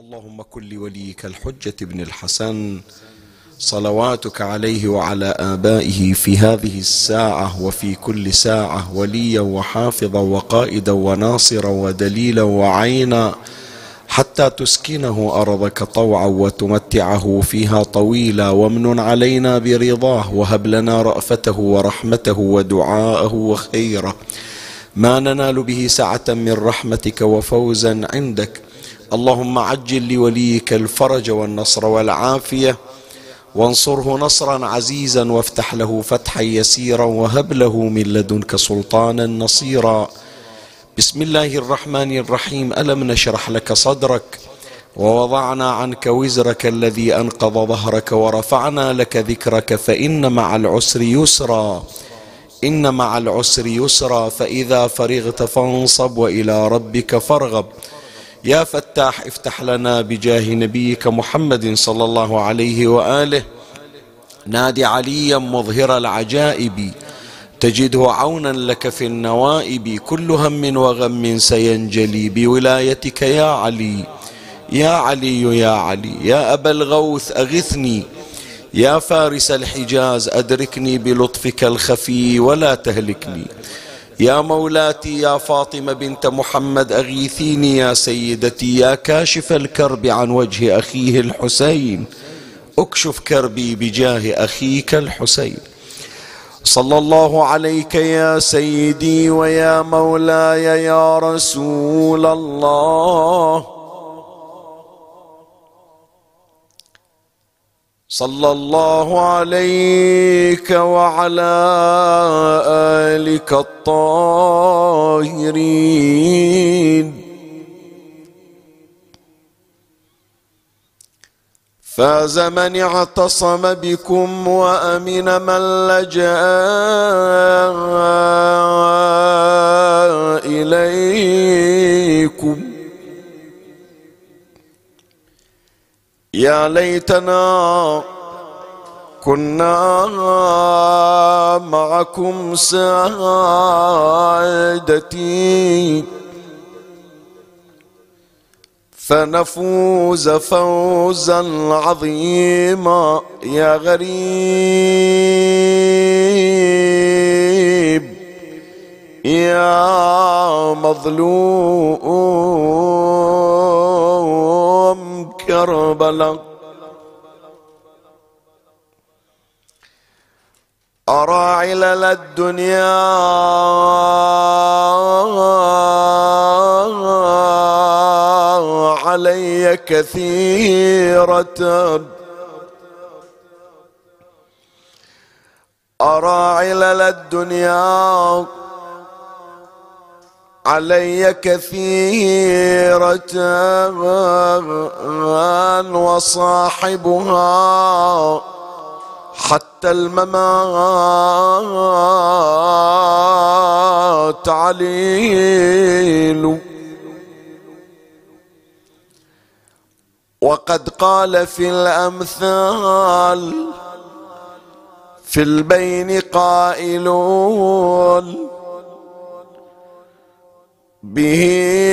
اللهم كن لوليك الحجة بن الحسن صلواتك عليه وعلى آبائه في هذه الساعة وفي كل ساعة وليا وحافظا وقائدا وناصرا ودليلا وعينا، حتى تسكنه أرضك طوعا وتمتعه فيها طويلا، وامنن علينا برضاه، وهب لنا رأفته ورحمته ودعاءه وخيره، ما ننال به سعة من رحمتك وفوزا عندك. اللهم عجل لوليك الفرج والنصر والعافية، وانصره نصرا عزيزا، وافتح له فتحا يسيرا، وهب له من لدنك سلطانا نصيرا. بسم الله الرحمن الرحيم. ألم نشرح لك صدرك ووضعنا عنك وزرك الذي أنقض ظهرك، ورفعنا لك ذكرك، فإن مع العسر يسرا، إن مع العسر يسرا، فإذا فرغت فانصب وإلى ربك فارغب. يا فتاح افتح لنا بجاه نبيك محمد صلى الله عليه وآله. نادي عليا مظهر العجائب، تجده عونا لك في النوائب، كل هم وغم سينجلي بولايتك يا علي، يا علي يا علي. يا أبا الغوث أغثني، يا فارس الحجاز أدركني بلطفك الخفي ولا تهلكني. يا مولاتي يا فاطمة بنت محمد أغيثيني يا سيدتي. يا كاشف الكرب عن وجه أخيه الحسين اكشف كربي بجاه أخيك الحسين. صلى الله عليك يا سيدي ويا مولاي يا رسول الله. صلى الله عليك وعلى آلك الطاهرين. فاز من اعتصم بكم وأمن من لجأ إليكم. يا ليتنا كنا معكم سادتي، فنفوز فوزا عظيما. يا غريب يا مظلوم كربلاء، أرى علل الدنيا علي كثيرة، أرى علل الدنيا علي كثيرة، وصاحبها حتى الممات عليل. وقد قال في الأمثال في البين قائلون، به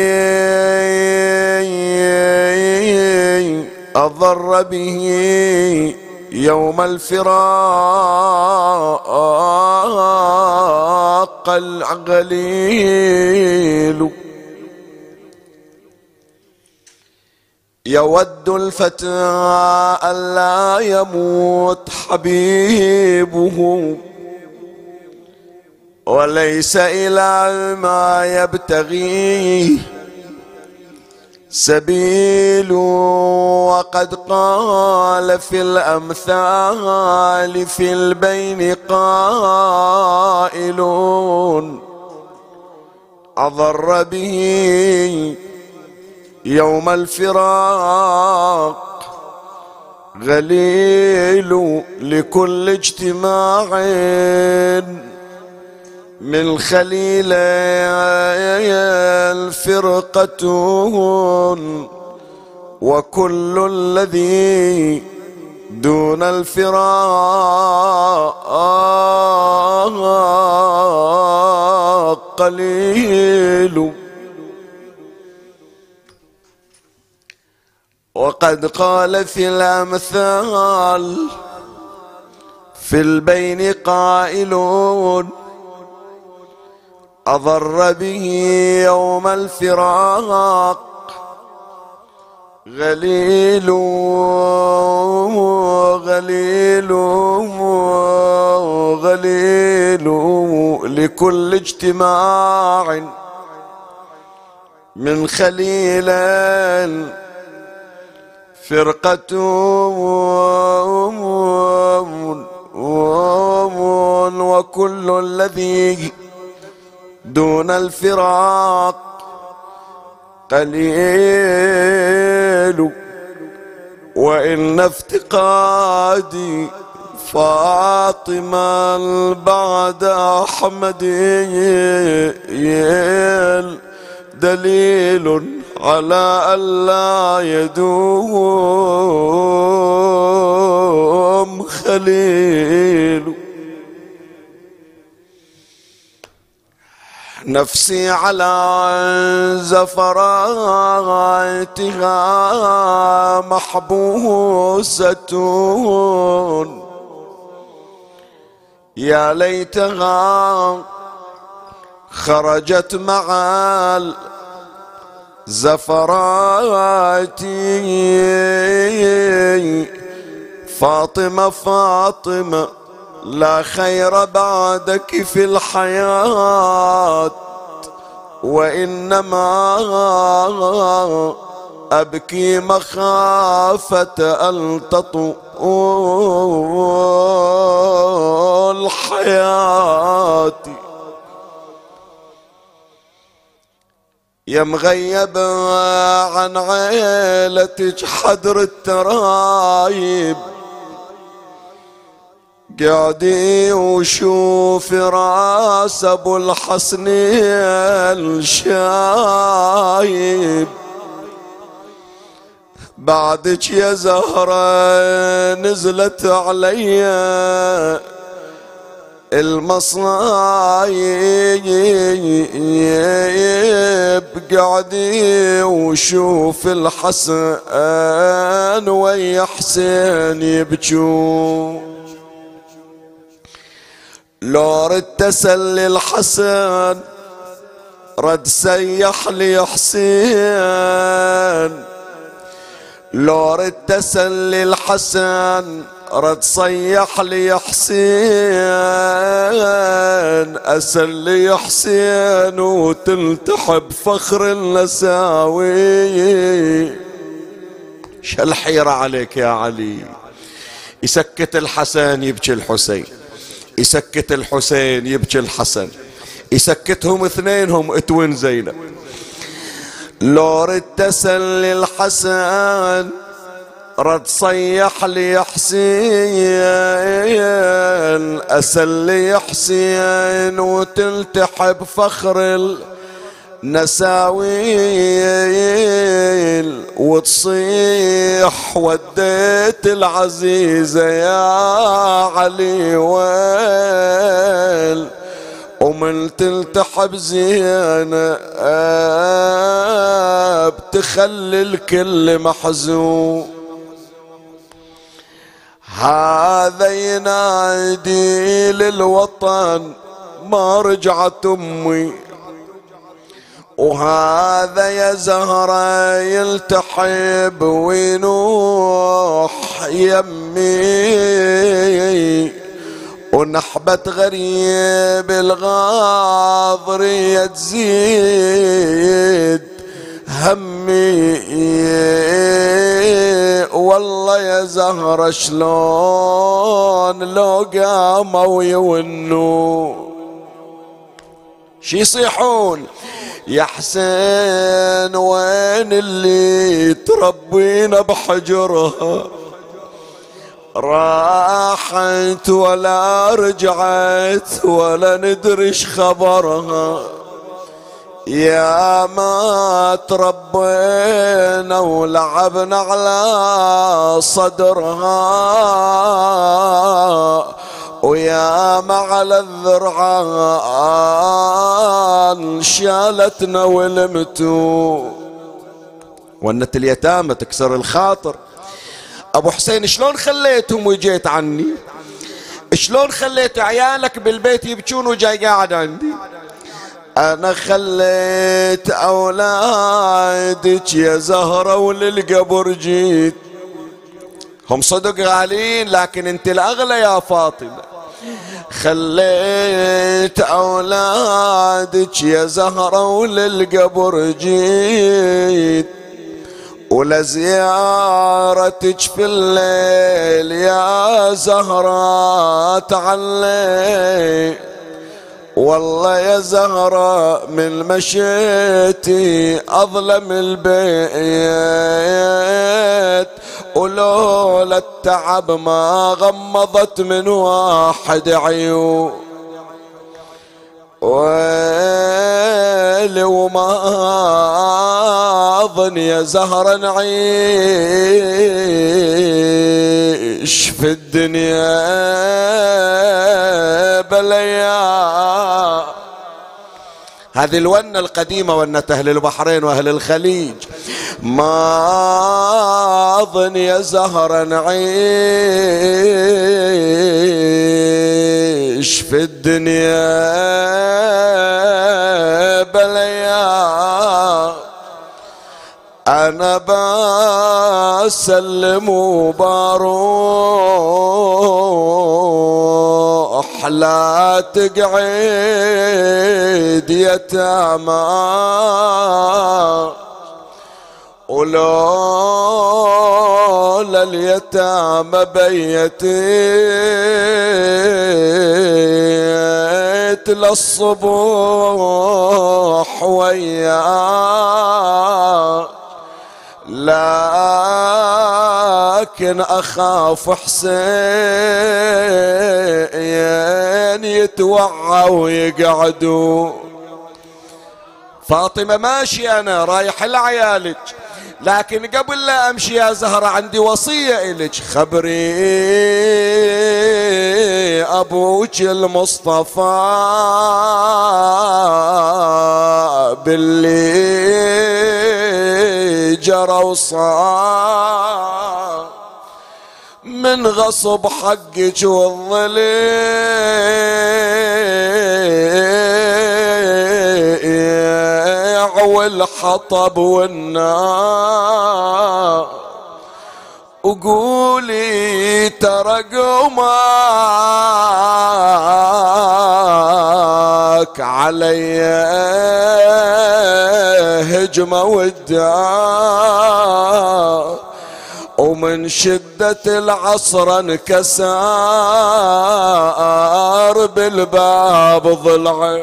أضر به يوم الفراق الغليل. يود الفتى ألا يموت حبيبه، وليس إلى ما يبتغيه سبيل. وقد قال في الأمثال في البين قائلون، أضر به يوم الفراق غليل. لكل اجتماع من خليل الفرقة، وكل الذي دون الفراق قليل. وقد قال في الأمثال في البين قائلون أضر به يوم الفراق غليل غليل غليل لكل اجتماع من خليل فرقة وكل الذي دون الفراق قليل. وإن افتقادي فاطمة بعد أحمد دليل على ألا يدوم خليل. نفسي على زفراتها محبوسة يا ليتها خرجت مع الزفرات. فاطمة فاطمة لا خير بعدك في الحياة، وإنما أبكي مخافة أن تطول حياتي. يا مغيب عن عيلتك حدر الترايب، قاعدي وشوف راس ابو الحسن الشايب. بعدك يا زهرة نزلت علي المصايب، قاعدي وشوف الحسن ويا حسين يبجون. لو رد تسلي الحسن رد سيح لي حسين، لو رد تسلي الحسن رد صيح لي حسين. أسلي حسين وتلتحب فخر النساوي. شالحيرة عليك يا علي. يسكت الحسن يبكي الحسين، يسكت الحسين يبكي الحسن، يسكتهم اثنينهم اتون زينب. لو رد تسلي الحسن رد صيح لي حسين. أسلي حسين وتلتحب فخر النساويل، وتصيح وديت العزيزة يا علي ويل. ومن تلتحب زينب تخلي الكل محزون. هذا ينادي للوطن ما رجعت أمي، وهذا يا زهرة يلتحب وينوح يمي. ونحبة غريب الغاضرية تزيد همي. والله يا زهرة شلون لو قاموا يونوا شي يصيحون يا حسين وين اللي تربينا بحجرها. راحت ولا رجعت ولا ندريش خبرها. يا ما تربينا ولعبنا على صدرها، ويا ما على الذرعان شالتنا ولمتو. ونة اليتامى تكسر الخاطر. أبو حسين شلون خليتهم وجيت عني؟ شلون خليت عيالك بالبيت يبكون وجاي قاعد عندي؟ أنا خليت أولادك يا زهرة وللقبر جيت. هم صدق غالين لكن انت الأغلى يا فاطمة. خليت أولادك يا زهرة وللقبر جيت، ولزيارتك في الليل يا زهرة تعلي. والله يا زهرة من مشيتي أظلم البيت، ولولا التعب ما غمضت من واحد عيون. ويلي وما أظن يا زهرة نعيش في الدنيا بليا. هذه الونة القديمة، ونة أهل البحرين وأهل الخليج. ما أظن يا زهرة نعيش في الدنيا بليا. أنا بسلم وبروح لا تقعد يتامى، ولولا اليتامى بيتيت للصبح وياه. لكن أخاف حسين يتوعى ويقعدوا. فاطمة ماشي أنا رايح لعيالك، لكن قبل لا أمشي يا زهرة عندي وصية إلك. خبري أبوك المصطفى باللي جرى وصار من غصب حقك والضليع والحطب والنار. وقولي ترى قومك علي هجمة والدار، ومن شدة العصر انكسر بالباب ضلعي.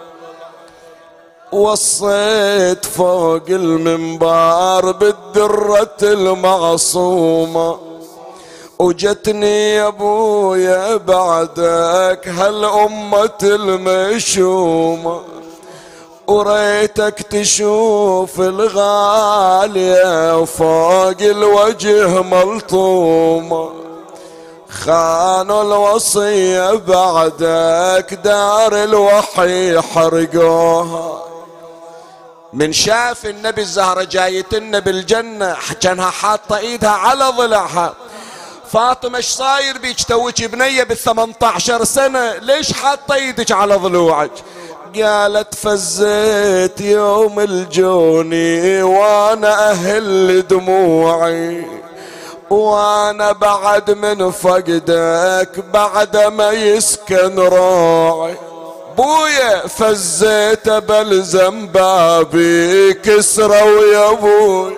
وصيت فوق المنبر بالدرة المعصومة، وجتني يا ابويا بعدك هالأمة المشومة. وريتك تشوف الغالية فوق الوجه ملطومة. خانوا الوصية بعدك دار الوحي حرقوها. من شاف النبي الزهرة جايتنا بالجنة كانها حاطة ايدها على ضلعها. فاطمة ايش صاير بيك توك بنية بال18 سنة، ليش حاطة ايدك على ضلوعك؟ قالت فزيت يوم الجوني وانا اهل دموعي، وانا بعد من فقدك بعد ما يسكن روعي. بويا فزيت بلزم بابي كسرة ويا بوي.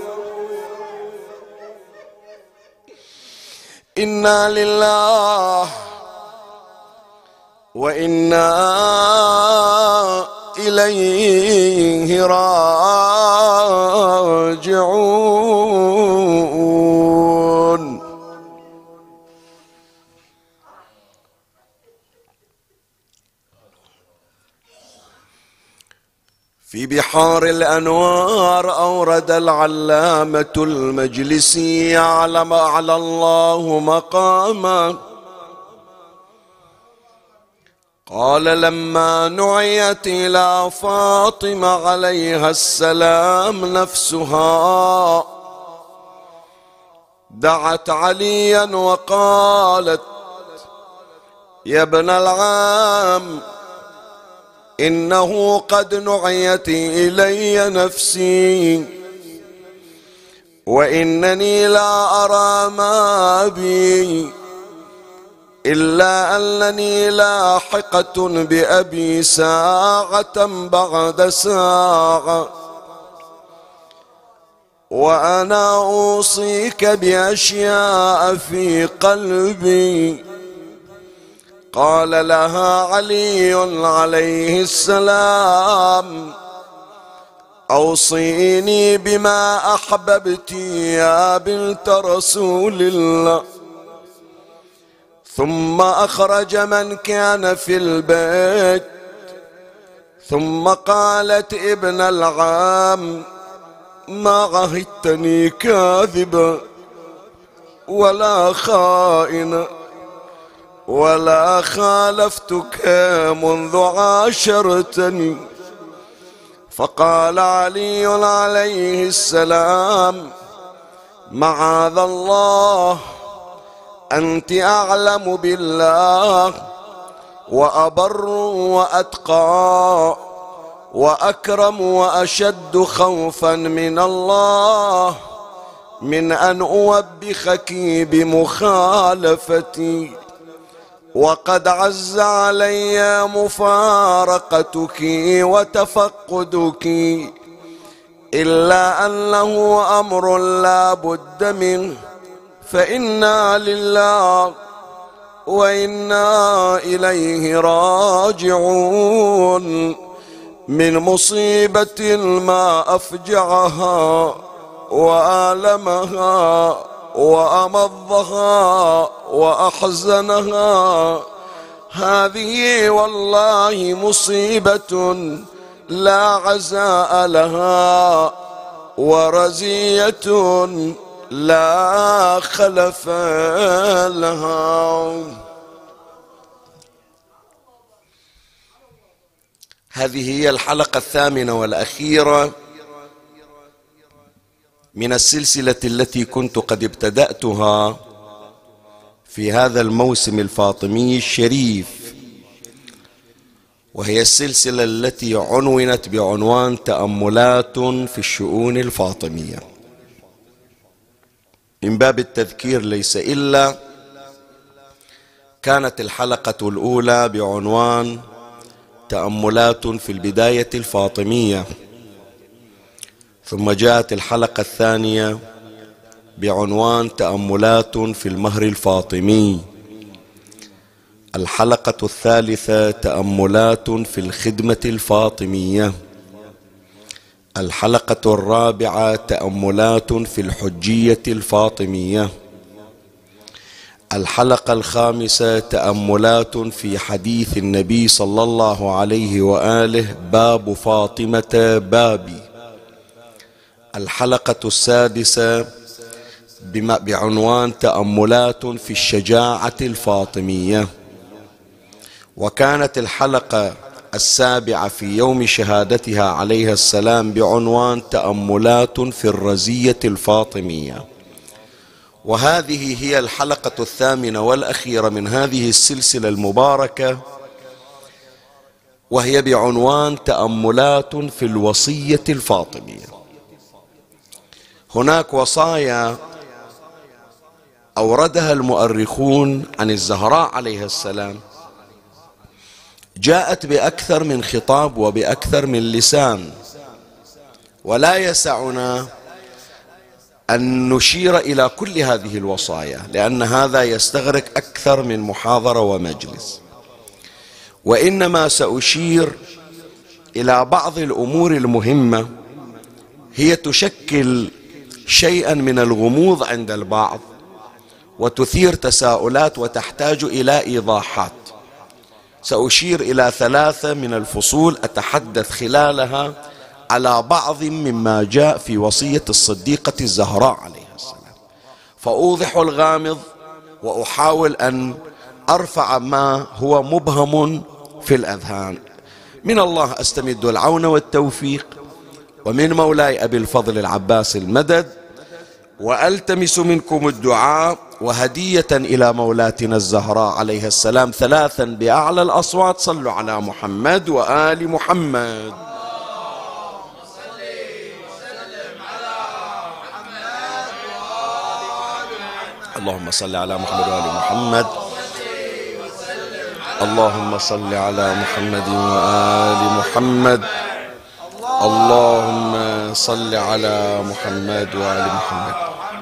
إنا لله وإنا إليه راجعون. في بحار الأنوار أورد العلامة المجلسي يعلم على الله مقامه قال لما نعيت إلى فاطمة عليها السلام نفسها دعت عليا وقالت: يا ابن العام، إنه قد نعيت إلي نفسي، وإنني لا أرى ما بي إلا أنني لاحقة بأبي ساعة بعد ساعة، وأنا أوصيك بأشياء في قلبي. قال لها علي عليه السلام: أوصيني بما أحببت يا بنت رسول الله. ثم أخرج من كان في البيت، ثم قالت: ابن العام، ما عهدتني كاذبا ولا خائنا، ولا خالفتك منذ عاشرتني. فقال علي عليه السلام: معاذ الله، أنت أعلم بالله وأبر وأتقى وأكرم وأشد خوفا من الله من أن أوبخك بمخالفتي، وقد عز علي مفارقتك وتفقدك، إلا أنه أمر لا بد منه، فإنا لله وإنا إليه راجعون، من مصيبة ما أفجعها وآلمها وأمضها وأحزنها. هذه والله مصيبة لا عزاء لها، ورزية لا خلف لها. هذه هي الحلقة 8 والأخيرة من السلسلة التي كنت قد ابتدأتها في هذا الموسم الفاطمي الشريف، وهي السلسلة التي عنونت بعنوان تأملات في الشؤون الفاطمية. من باب التذكير ليس إلا كانت الحلقة الأولى بعنوان تأملات في البداية الفاطمية، ثم جاءت الحلقة الثانية بعنوان تأملات في المهر الفاطمي، الحلقة الثالثة تأملات في الخدمة الفاطمية، الحلقة الرابعة تأملات في الحجية الفاطمية، الحلقة الخامسة تأملات في حديث النبي صلى الله عليه وآله باب فاطمة بابي، الحلقة السادسة بعنوان تأملات في الشجاعة الفاطمية، وكانت الحلقة السابعة في يوم شهادتها عليها السلام بعنوان تأملات في الرزية الفاطمية. وهذه هي الحلقة 8 والأخيرة من هذه السلسلة المباركة، وهي بعنوان تأملات في الوصية الفاطمية. هناك وصايا أوردها المؤرخون عن الزهراء عليها السلام، جاءت بأكثر من خطاب وبأكثر من لسان، ولا يسعنا أن نشير إلى كل هذه الوصايا، لأن هذا يستغرق أكثر من محاضرة ومجلس، وإنما سأشير إلى بعض الأمور المهمة هي تشكل شيئا من الغموض عند البعض، وتثير تساؤلات وتحتاج إلى إيضاحات. سأشير إلى 3 من الفصول أتحدث خلالها على بعض مما جاء في وصية الصديقة الزهراء عليها السلام، فأوضح الغامض وأحاول أن أرفع ما هو مبهم في الأذهان. من الله أستمد العون والتوفيق، ومن مولاي أبي الفضل العباس المدد، وألتمس منكم الدعاء، وهدية إلى مولاتنا الزهراء عليها السلام ثلاثا بأعلى الأصوات: صلوا على محمد وآل محمد. اللهم صل على محمد وآل محمد. اللهم صل على محمد وآل محمد. اللهم صل على محمد وآل محمد.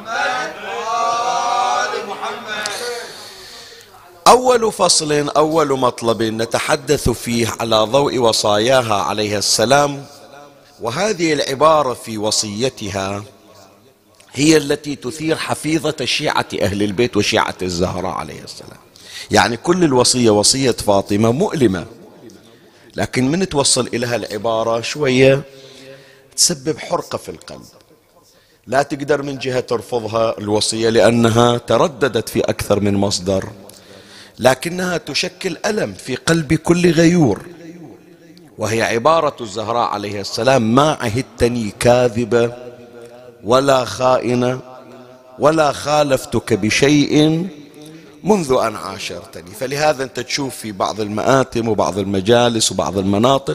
أول فصل، أول مطلب نتحدث فيه على ضوء وصاياها عليها السلام، وهذه العبارة في وصيتها هي التي تثير حفيظة شيعة أهل البيت وشيعة الزهراء عليه السلام. يعني كل الوصية وصية فاطمة مؤلمة، لكن من توصل إليها العبارة شوية تسبب حرقة في القلب، لا تقدر من جهة ترفضها الوصية لأنها ترددت في أكثر من مصدر، لكنها تشكل ألم في قلب كل غيور. وهي عبارة الزهراء عليه السلام: ما عهدتني كاذبة ولا خائنة ولا خالفتك بشيء منذ أن عاشرتني. فلهذا أنت تشوف في بعض المآتم وبعض المجالس وبعض المناطق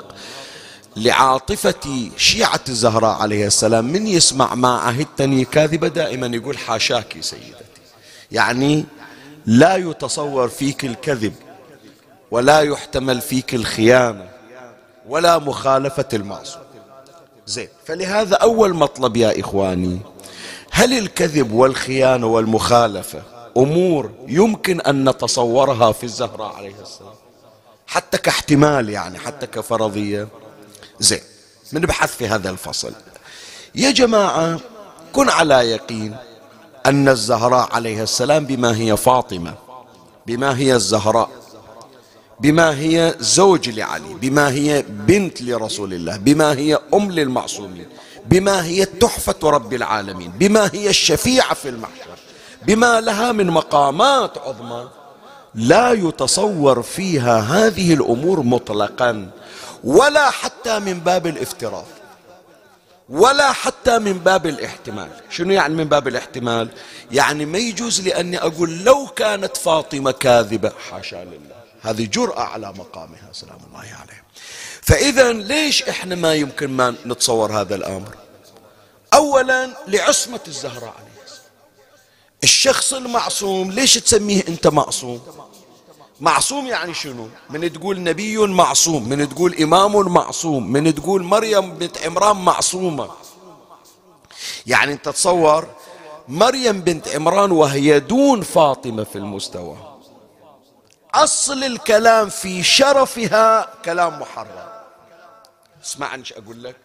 لعاطفة شيعة الزهراء عليه السلام، من يسمع ما عهدتني كاذبة دائما يقول حاشاك سيدتي، يعني لا يتصور فيك الكذب ولا يحتمل فيك الخيانة ولا مخالفة المعصوم. زين، فلهذا أول مطلب يا إخواني: هل الكذب والخيانة والمخالفة أمور يمكن أن نتصورها في الزهراء عليه السلام حتى كاحتمال، يعني حتى كفرضية؟ زين، بنبحث في هذا الفصل. يا جماعة، كن على يقين أن الزهراء عليه السلام بما هي فاطمة، بما هي الزهراء، بما هي زوج لعلي، بما هي بنت لرسول الله، بما هي أم للمعصومين، بما هي تحفة رب العالمين، بما هي الشفيعة في المحشر، بما لها من مقامات عظمى، لا يتصور فيها هذه الأمور مطلقا، ولا حتى من باب الافتراض، ولا حتى من باب الاحتمال. شنو يعني من باب الاحتمال؟ يعني ما يجوز لأني أقول لو كانت فاطمة كاذبة، حاشا لله، هذه جرأة على مقامها سلام الله عليه. فإذا ليش إحنا ما يمكن ما نتصور هذا الأمر؟ أولا لعصمة الزهراء عليه السلام. الشخص المعصوم ليش تسميه أنت معصوم؟ معصوم يعني شنو؟ من تقول نبي معصوم، من تقول إمام معصوم، من تقول مريم بنت عمران معصومة. يعني أنت تصور مريم بنت عمران وهي دون فاطمة في المستوى، أصل الكلام في شرفها كلام محرم. اسمعني ايش أقول لك.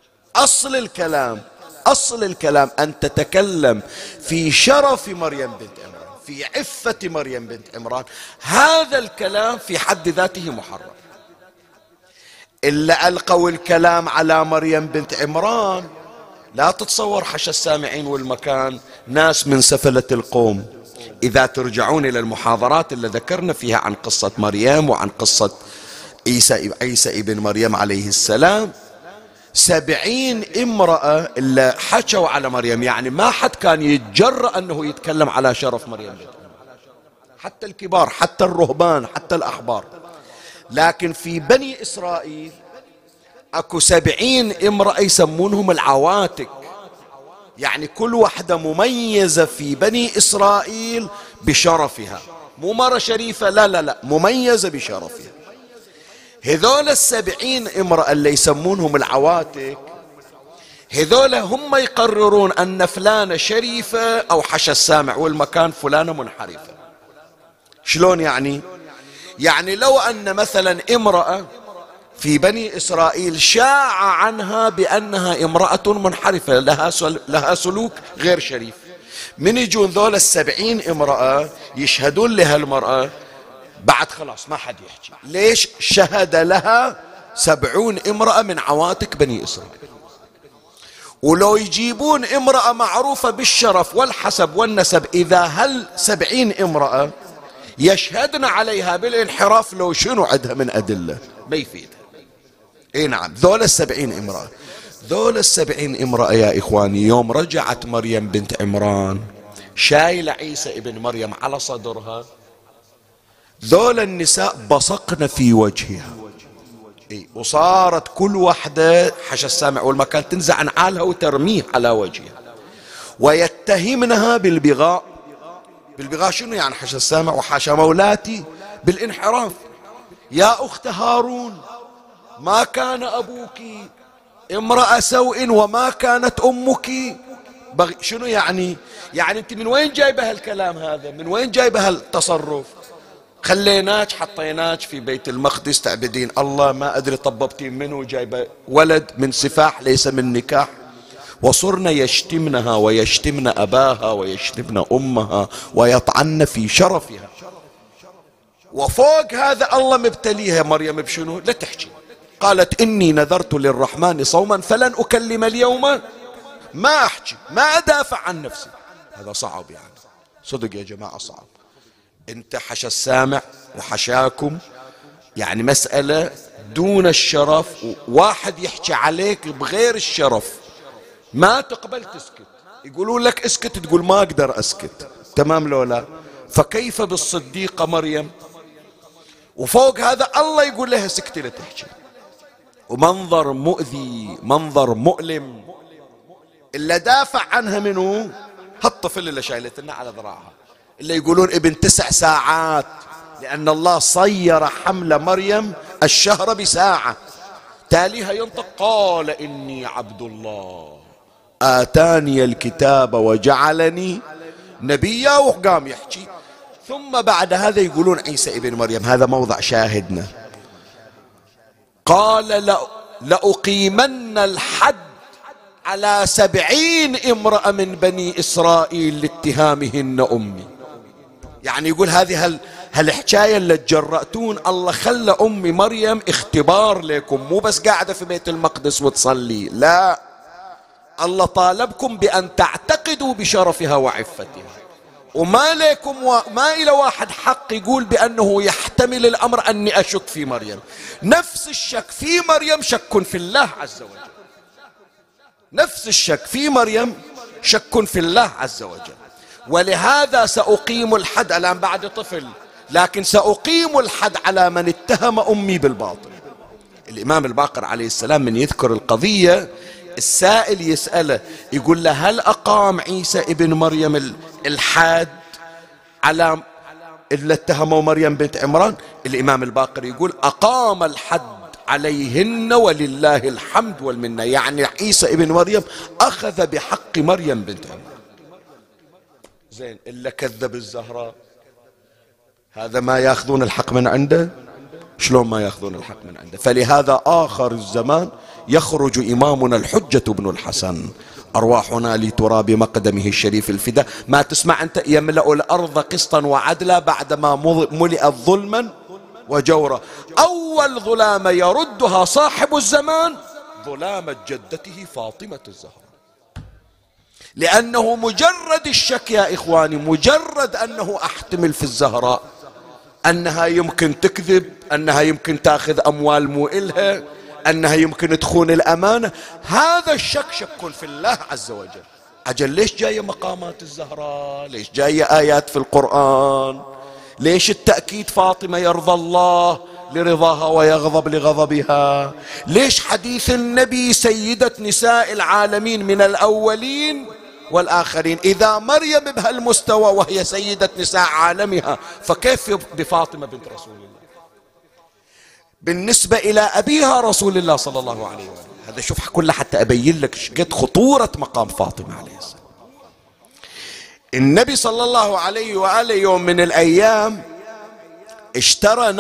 أصل الكلام أن تتكلم في شرف مريم بنت عمران، في عفة مريم بنت عمران، هذا الكلام في حد ذاته محرم. إلا ألقوا الكلام على مريم بنت عمران، لا تتصور حشى السامعين والمكان ناس من سفلة القوم. إذا ترجعون إلى المحاضرات اللي ذكرنا فيها عن قصة مريم وعن قصة عيسى ابن مريم عليه السلام، 70 امرأة اللي حكوا على مريم، يعني ما حد كان يتجرأ أنه يتكلم على شرف مريم، حتى الكبار، حتى الرهبان، حتى الأحبار. لكن في بني إسرائيل أكو 70 امرأة يسمونهم العواتق، يعني كل واحدة مميزة في بني إسرائيل بشرفها، مو مرة شريفة، لا، مميزة بشرفها. هذول 70 امرأة اللي يسمونهم العواتق، هذول هم يقررون أن فلانة شريفة أو حشى السامع والمكان فلانة منحرفة. شلون يعني؟ يعني لو أن مثلا امرأة في بني إسرائيل شاع عنها بأنها امرأة منحرفة لها سلوك غير شريف، من يجون ذول 70 امرأة يشهدون لها المرأة، بعد خلاص ما حد يحكي. ليش؟ شهد لها 70 امرأة من عواتق بني إسرائيل. ولو يجيبون امرأة معروفة بالشرف والحسب والنسب، إذا 70 امرأة يشهدن عليها بالانحراف، لو شنو عندها من أدلة ما يفيدها. اي نعم، ذول 70 امرأة، ذول 70 امرأة يا إخواني يوم رجعت مريم بنت عمران شايلة عيسى ابن مريم على صدرها، ذول النساء بصقن في وجهها، وصارت كل واحدة حشى السامع والمكان تنزع عن عالها وترميه على وجهها، ويتهمنها بالبغاء. بالبغاء شنو يعني حشى السامع وحاشا مولاتي؟ بالانحراف. يا أخت هارون ما كان أبوك امرأة سوء وما كانت أمك شنو يعني؟ يعني أنت من وين جايبه هالكلام هذا؟ من وين جايبه هالتصرف؟ خليناك حطيناك في بيت المقدس تعبدين الله، ما أدري طببتين منه، جايبه ولد من سفاح ليس من نكاح، وصرنا يشتمنها ويشتمن أباها ويشتمن أمها ويطعن في شرفها. وفوق هذا الله مبتليها مريم بشنو؟ لا تحكي، قالت إني نذرت للرحمن صوما فلن أكلم اليوم، ما أحكي، ما أدافع عن نفسي. هذا صعب يعني، صدق يا جماعة صعب. انت حشى السامع وحشاكم يعني مسألة دون الشرف، واحد يحكي عليك بغير الشرف ما تقبل تسكت، يقولون لك اسكت تقول ما اقدر اسكت، تمام لو لا؟ فكيف بالصديقة مريم؟ وفوق هذا الله يقول لها سكتي لا تحكي. ومنظر مؤذي، منظر مؤلم. اللي دافع عنها منه هالطفل اللي شايلتنا على ذراعها، اللي يقولون ابن 9 ساعات، لأن الله صير حمل مريم الشهر بساعة. تاليها ينطق قال إني عبد الله آتاني الكتاب وجعلني نبيا، وقام يحكي. ثم بعد هذا يقولون عيسى ابن مريم، هذا موضع شاهدنا، قال لأقيمن الحد على 70 امرأة من بني إسرائيل لاتهامهن أمي. يعني يقول هذه هالحكاية اللي تجرأتون الله خلى أمي مريم اختبار لكم، مو بس قاعدة في بيت المقدس وتصلي، لا، الله طالبكم بأن تعتقدوا بشرفها وعفتها. وما لكم ما إلى واحد حق يقول بأنه يحتمل الأمر أني أشك في مريم. نفس الشك في مريم شك في الله عز وجل، نفس الشك في مريم شك في الله عز وجل. ولهذا سأقيم الحد، الآن بعد طفل، لكن سأقيم الحد على من اتهم أمي بالباطل. الإمام الباقر عليه السلام من يذكر القضية، السائل يسأله يقول له هل أقام عيسى ابن مريم الحد على اللي اتهموا مريم بنت عمران؟ الإمام الباقر يقول أقام الحد عليهن ولله الحمد والمنة، يعني عيسى ابن مريم أخذ بحق مريم بنت عمران. زين، إلا كذب الزهراء، هذا ما ياخذون الحق من عنده؟ شلون ما ياخذون الحق من عنده؟ فلهذا آخر الزمان يخرج إمامنا الحجة بن الحسن، أرواحنا لتراب مقدمه الشريف الفداء. ما تسمع أنت يملأ الأرض قسطا وعدلا بعدما ملئت ظلما وجورا. أول ظلام يردها صاحب الزمان ظلامة جدته فاطمة الزهراء، لأنه مجرد الشك يا إخواني، مجرد أنه أحتمل في الزهراء أنها يمكن تكذب، أنها يمكن تأخذ أموال مو إلها، أنها يمكن تخون الأمانة، هذا الشك شك في الله عز وجل. أجل ليش جاية مقامات الزهراء؟ ليش جاية آيات في القرآن؟ ليش التأكيد فاطمة يرضى الله لرضاها ويغضب لغضبها؟ ليش حديث النبي سيدة نساء العالمين من الأولين والآخرين؟ إذا مريم بهالمستوى وهي سيدة نساء عالمها، فكيف بفاطمة بنت رسول الله بالنسبة إلى أبيها رسول الله صلى الله عليه وآله؟ هذا شوف كله حتى أبين لك قد خطورة مقام فاطمة عليه السلام. النبي صلى الله عليه وآله يوم من الأيام اشترى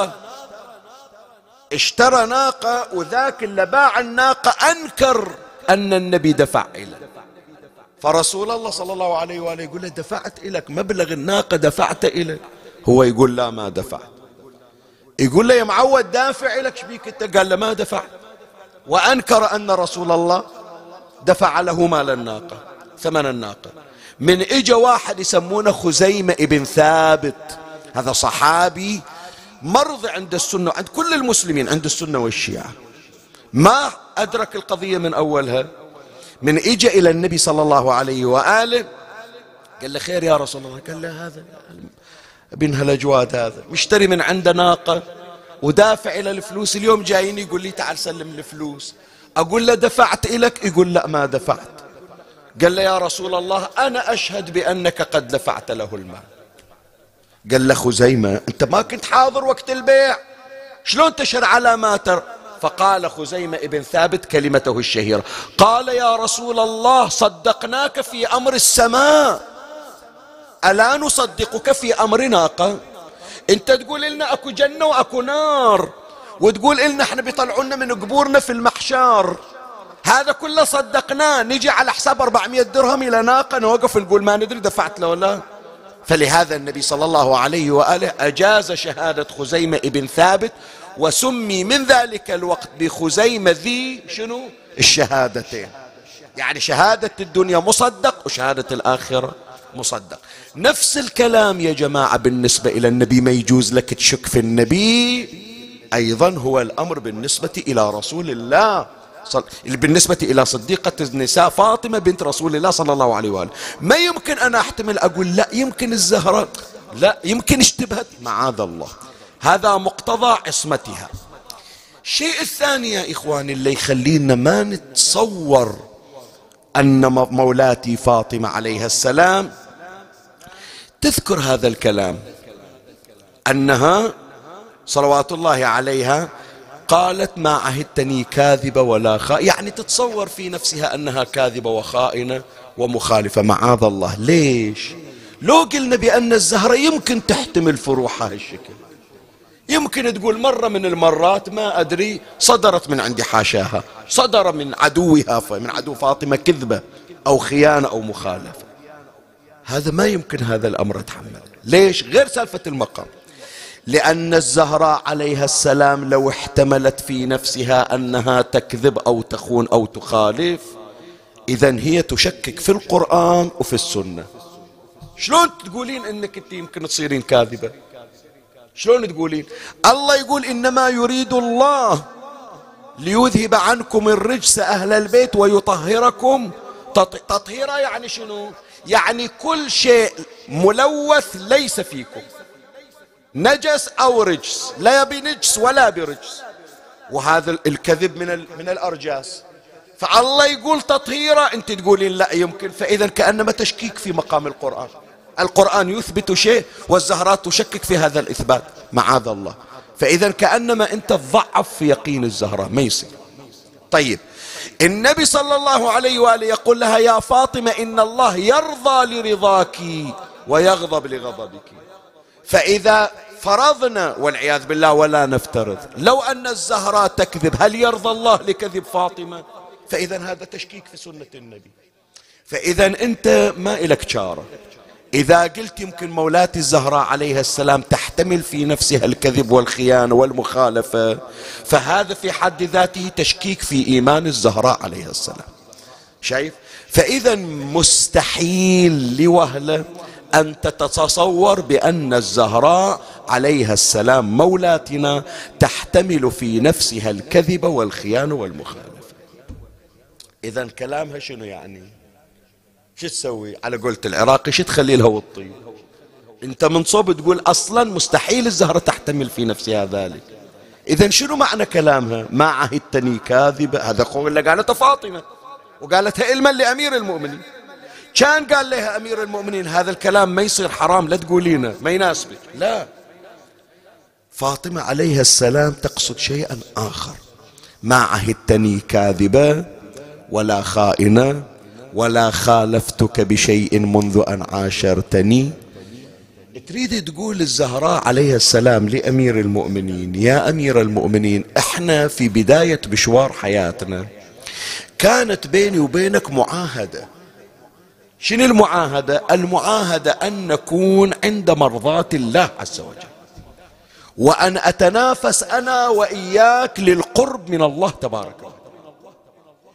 ناقة، وذاك اللي باع الناقة أنكر أن النبي دفع إليه، فرسول الله صلى الله عليه وآله يقول له دفعت إليك مبلغ الناقة، دفعت إليك؟ هو يقول لا ما دفعت. يقول له يا معود دافع إليك شبيك أنت؟ قال له ما دفعت، وأنكر أن رسول الله دفع له مال الناقة، ثمن الناقة. من إجا واحد يسمونه خزيمة ابن ثابت، هذا صحابي مرض عند السنة، عند كل المسلمين، عند السنة والشيعة، ما أدرك القضية من أولها. من إجا إلى النبي صلى الله عليه وآله قال له خير يا رسول الله، قال له هذا ابن هالأجواد هذا مشتري من عنده ناقة ودافع إلى الفلوس، اليوم جايين يقول لي تعال سلم الفلوس، أقول له دفعت إليك، يقول لا ما دفعت. قال له يا رسول الله أنا أشهد بأنك قد دفعت له المال. قال له خزيمة أنت ما كنت حاضر وقت البيع، شلون تشهد على ما ترى؟ فقال خزيمة ابن ثابت كلمته الشهيرة، قال يا رسول الله صدقناك في أمر السماء، ألا نصدقك في أمر ناقة؟ انت تقول لنا اكو جنة واكو نار، وتقول لنا احنا بيطلعونا من قبورنا في المحشار، هذا كله صدقناه، نجي على حساب 400 درهم الى ناقة نوقف نقول ما ندري دفعت له ولا؟ فلهذا النبي صلى الله عليه وآله أجاز شهادة خزيمة ابن ثابت، وسمي من ذلك الوقت بخزيمة ذي شنو؟ الشهادتين، يعني شهادة الدنيا مصدق وشهادة الآخرة مصدق. نفس الكلام يا جماعة بالنسبة إلى النبي، ما يجوز لك تشك في النبي، أيضا هو الأمر بالنسبة إلى رسول الله، بالنسبة إلى صديقة النساء فاطمة بنت رسول الله صلى الله عليه وآله. ما يمكن أنا أحتمل أقول لا يمكن الزهراء، لا يمكن اشتبهت، معاذ الله، هذا مقتضى عصمتها. الشيء الثاني يا إخواني اللي يخلينا ما نتصور أن مولاتي فاطمة عليها السلام تذكر هذا الكلام، أنها صلوات الله عليها قالت ما عهدتني كاذبة ولا خائنة، يعني تتصور في نفسها أنها كاذبة وخائنة ومخالفة، معاذ الله. ليش؟ لو قلنا بأن الزهرة يمكن تحتمل فروح هالشكل، يمكن تقول مرة من المرات ما أدري صدرت من عندي حاشاها، صدر من عدوها، من عدو فاطمة كذبة أو خيانة أو مخالفة، هذا ما يمكن هذا الأمر يتحمل. ليش؟ غير سالفة المقام، لأن الزهراء عليها السلام لو احتملت في نفسها أنها تكذب أو تخون أو تخالف، إذن هي تشكك في القرآن وفي السنة. شلون تقولين أنك أنت يمكن تصيرين كاذبة؟ شلون تقولين؟ الله يقول إنما يريد الله ليذهب عنكم الرجس أهل البيت ويطهركم تطهيرا، يعني شنو؟ يعني كل شيء ملوث ليس فيكم، نجس أو رجس، لا يبي نجس ولا برجس، وهذا الكذب من الأرجاس، فالله يقول تطهيرا، أنت تقولين لا يمكن، فإذا كأنما تشكيك في مقام القرآن. القرآن يثبت شيء والزهرات تشكك في هذا الإثبات، معاذ الله، فإذا كأنما أنت تضعف في يقين الزهراء، ما يصير. طيب النبي صلى الله عليه وآله يقول لها يا فاطمة إن الله يرضى لرضاك ويغضب لغضبك، فإذا فرضنا والعياذ بالله ولا نفترض لو أن الزهراء تكذب، هل يرضى الله لكذب فاطمة؟ فإذا هذا تشكيك في سنة النبي، فإذا أنت ما إلك شارة إذا قلت يمكن مولاتي الزهراء عليها السلام تحتمل في نفسها الكذب والخيانة والمخالفة، فهذا في حد ذاته تشكيك في إيمان الزهراء عليها السلام. شايف؟ فإذا مستحيل لوهلة أن تتصور بأن الزهراء عليها السلام مولاتنا تحتمل في نفسها الكذب والخيانة والمخالفة. إذا كلامها شنو يعني؟ شو تسوي؟ على قولة العراقي شو تخلي لها والطين؟ انت من صوب تقول اصلا مستحيل الزهرة تحتمل في نفسها ذلك. اذا شنو معنى كلامها؟ ما عهدتني كاذبة، هذا قول اللي قالته فاطمة وقالتها علما لامير المؤمنين. كان قال لها امير المؤمنين هذا الكلام ما يصير، حرام لا تقولينه ما يناسبك، لا، فاطمة عليها السلام تقصد شيئا اخر، ما عهدتني كاذبة ولا خائنة ولا خالفتك بشيء منذ أن عاشرتني. تريد تقول الزهراء عليها السلام لأمير المؤمنين يا أمير المؤمنين احنا في بداية مشوار حياتنا كانت بيني وبينك معاهدة. شنو المعاهدة؟ المعاهدة أن نكون عند مرضاة الله عز وجل، وأن أتنافس أنا وإياك للقرب من الله تبارك وتعالى.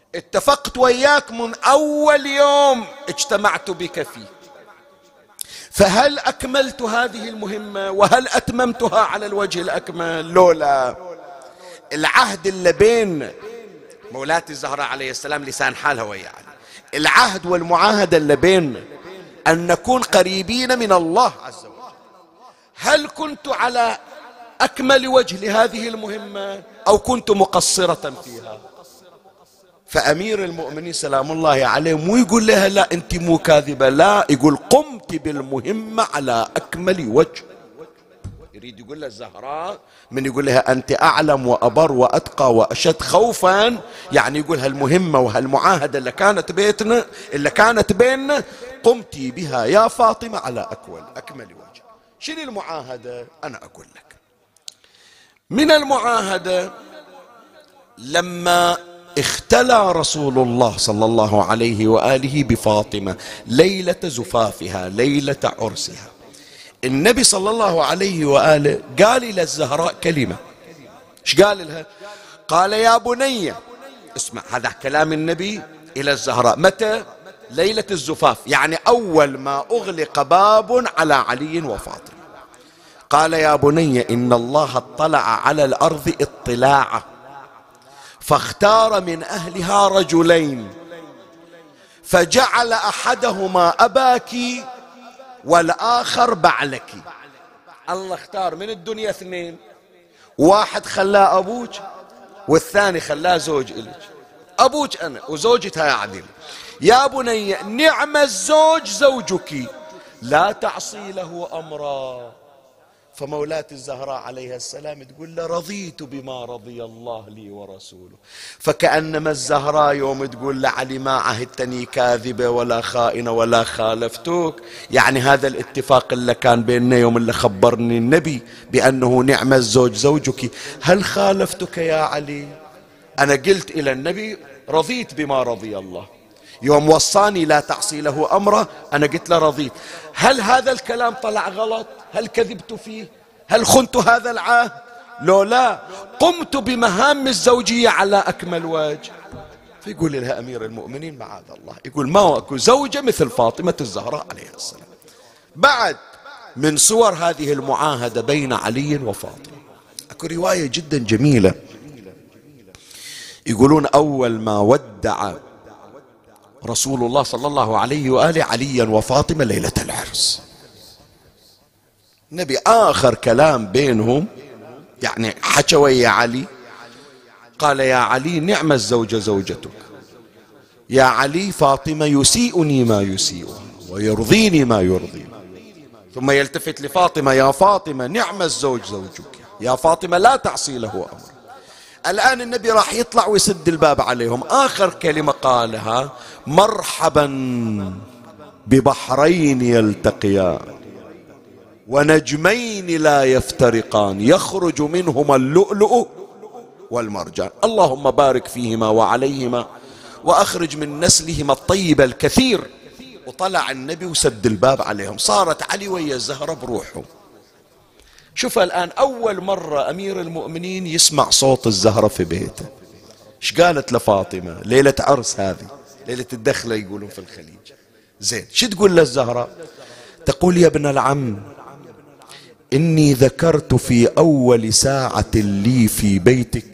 اتفقت وياك من أول يوم اجتمعت بك فيه، فهل أكملت هذه المهمة وهل أتممتها على الوجه الأكمل؟ لولا العهد اللي بين مولاتي الزهراء عليه السلام لسان حالها ويا علي، العهد والمعاهدة اللي بين أن نكون قريبين من الله عز وجل، هل كنت على أكمل وجه لهذه المهمة أو كنت مقصرة فيها؟ فأمير المؤمنين سلام الله عليه مو يقول لها لا أنت مو كاذبة، لا، يقول قمت بالمهمة على أكمل وجه. يريد يقول لها الزهراء من يقول لها أنت أعلم وأبر وأتقى وأشد خوفا، يعني يقول هالمهمة وهالمعاهدة اللي كانت بيننا قمت بها يا فاطمة على أكمل وجه. شنو المعاهدة؟ أنا أقول لك. من المعاهدة لما اختلى رسول الله صلى الله عليه وآله بفاطمة ليلة زفافها، ليلة عرسها، النبي صلى الله عليه وآله قال إلى الزهراء كلمة. ايش قال لها؟ قال يا بني، اسمع هذا كلام النبي إلى الزهراء متى؟ ليلة الزفاف، يعني أول ما أغلق باب على علي وفاطمة. قال يا بني إن الله اطلع على الأرض اطلاعا فاختار من أهلها رجلين فجعل أحدهما أباك والآخر بعلك. الله اختار من الدنيا اثنين، واحد خلاه أبوك والثاني خلاه زوج إلك. أبوك أنا وزوجتها يا عدل. يا بني نعم الزوج زوجك لا تعصي له أمرا. فمولاتي الزهراء عليها السلام تقول له رضيت بما رضي الله لي ورسوله. فكأنما الزهراء يوم تقول لعلي ما عهدتني كاذبة ولا خائنة ولا خالفتك، يعني هذا الاتفاق اللي كان بيننا يوم اللي خبرني النبي بأنه نعم الزوج زوجك، هل خالفتك يا علي؟ أنا قلت إلى النبي رضيت بما رضي الله، يوم وصاني لا تعصي له أمره أنا قلت له رضيت. هل هذا الكلام طلع غلط؟ هل كذبت فيه؟ هل خنت هذا العهد؟ لو لا، قمت بمهام الزوجية على أكمل وجه. فيقول لها أمير المؤمنين معاذ الله، يقول ما أكو زوجة مثل فاطمة الزهراء عليها السلام. بعد من صور هذه المعاهدة بين علي وفاطمة أكو رواية جدا جميلة، يقولون أول ما ودع رسول الله صلى الله عليه وآله عليا وفاطمة ليلة العرس، النبي آخر كلام بينهم يعني حكى ويا علي، قال يا علي نعم الزوجة زوجتك، يا علي فاطمة يسيئني ما يسيئها ويرضيني ما يرضيني. ثم يلتفت لفاطمة يا فاطمة نعم الزوج زوجك، يا فاطمة لا تعصي له أمر. الآن النبي راح يطلع ويسد الباب عليهم، آخر كلمة قالها مرحبا ببحرين يلتقيان ونجمين لا يفترقان يخرج منهما اللؤلؤ والمرجان، اللهم بارك فيهما وعليهما وأخرج من نسلهما الطيب الكثير. وطلع النبي وسد الباب عليهم، صارت علي ويا الزهرة بروحهم. شوف الآن أول مرة أمير المؤمنين يسمع صوت الزهرة في بيته، ايش قالت لفاطمة؟ ليلة عرس هذه، ليلة الدخلة يقولون في الخليج. زين شو تقول للزهرة؟ تقول يا ابن العم إني ذكرت في أول ساعة لي في بيتك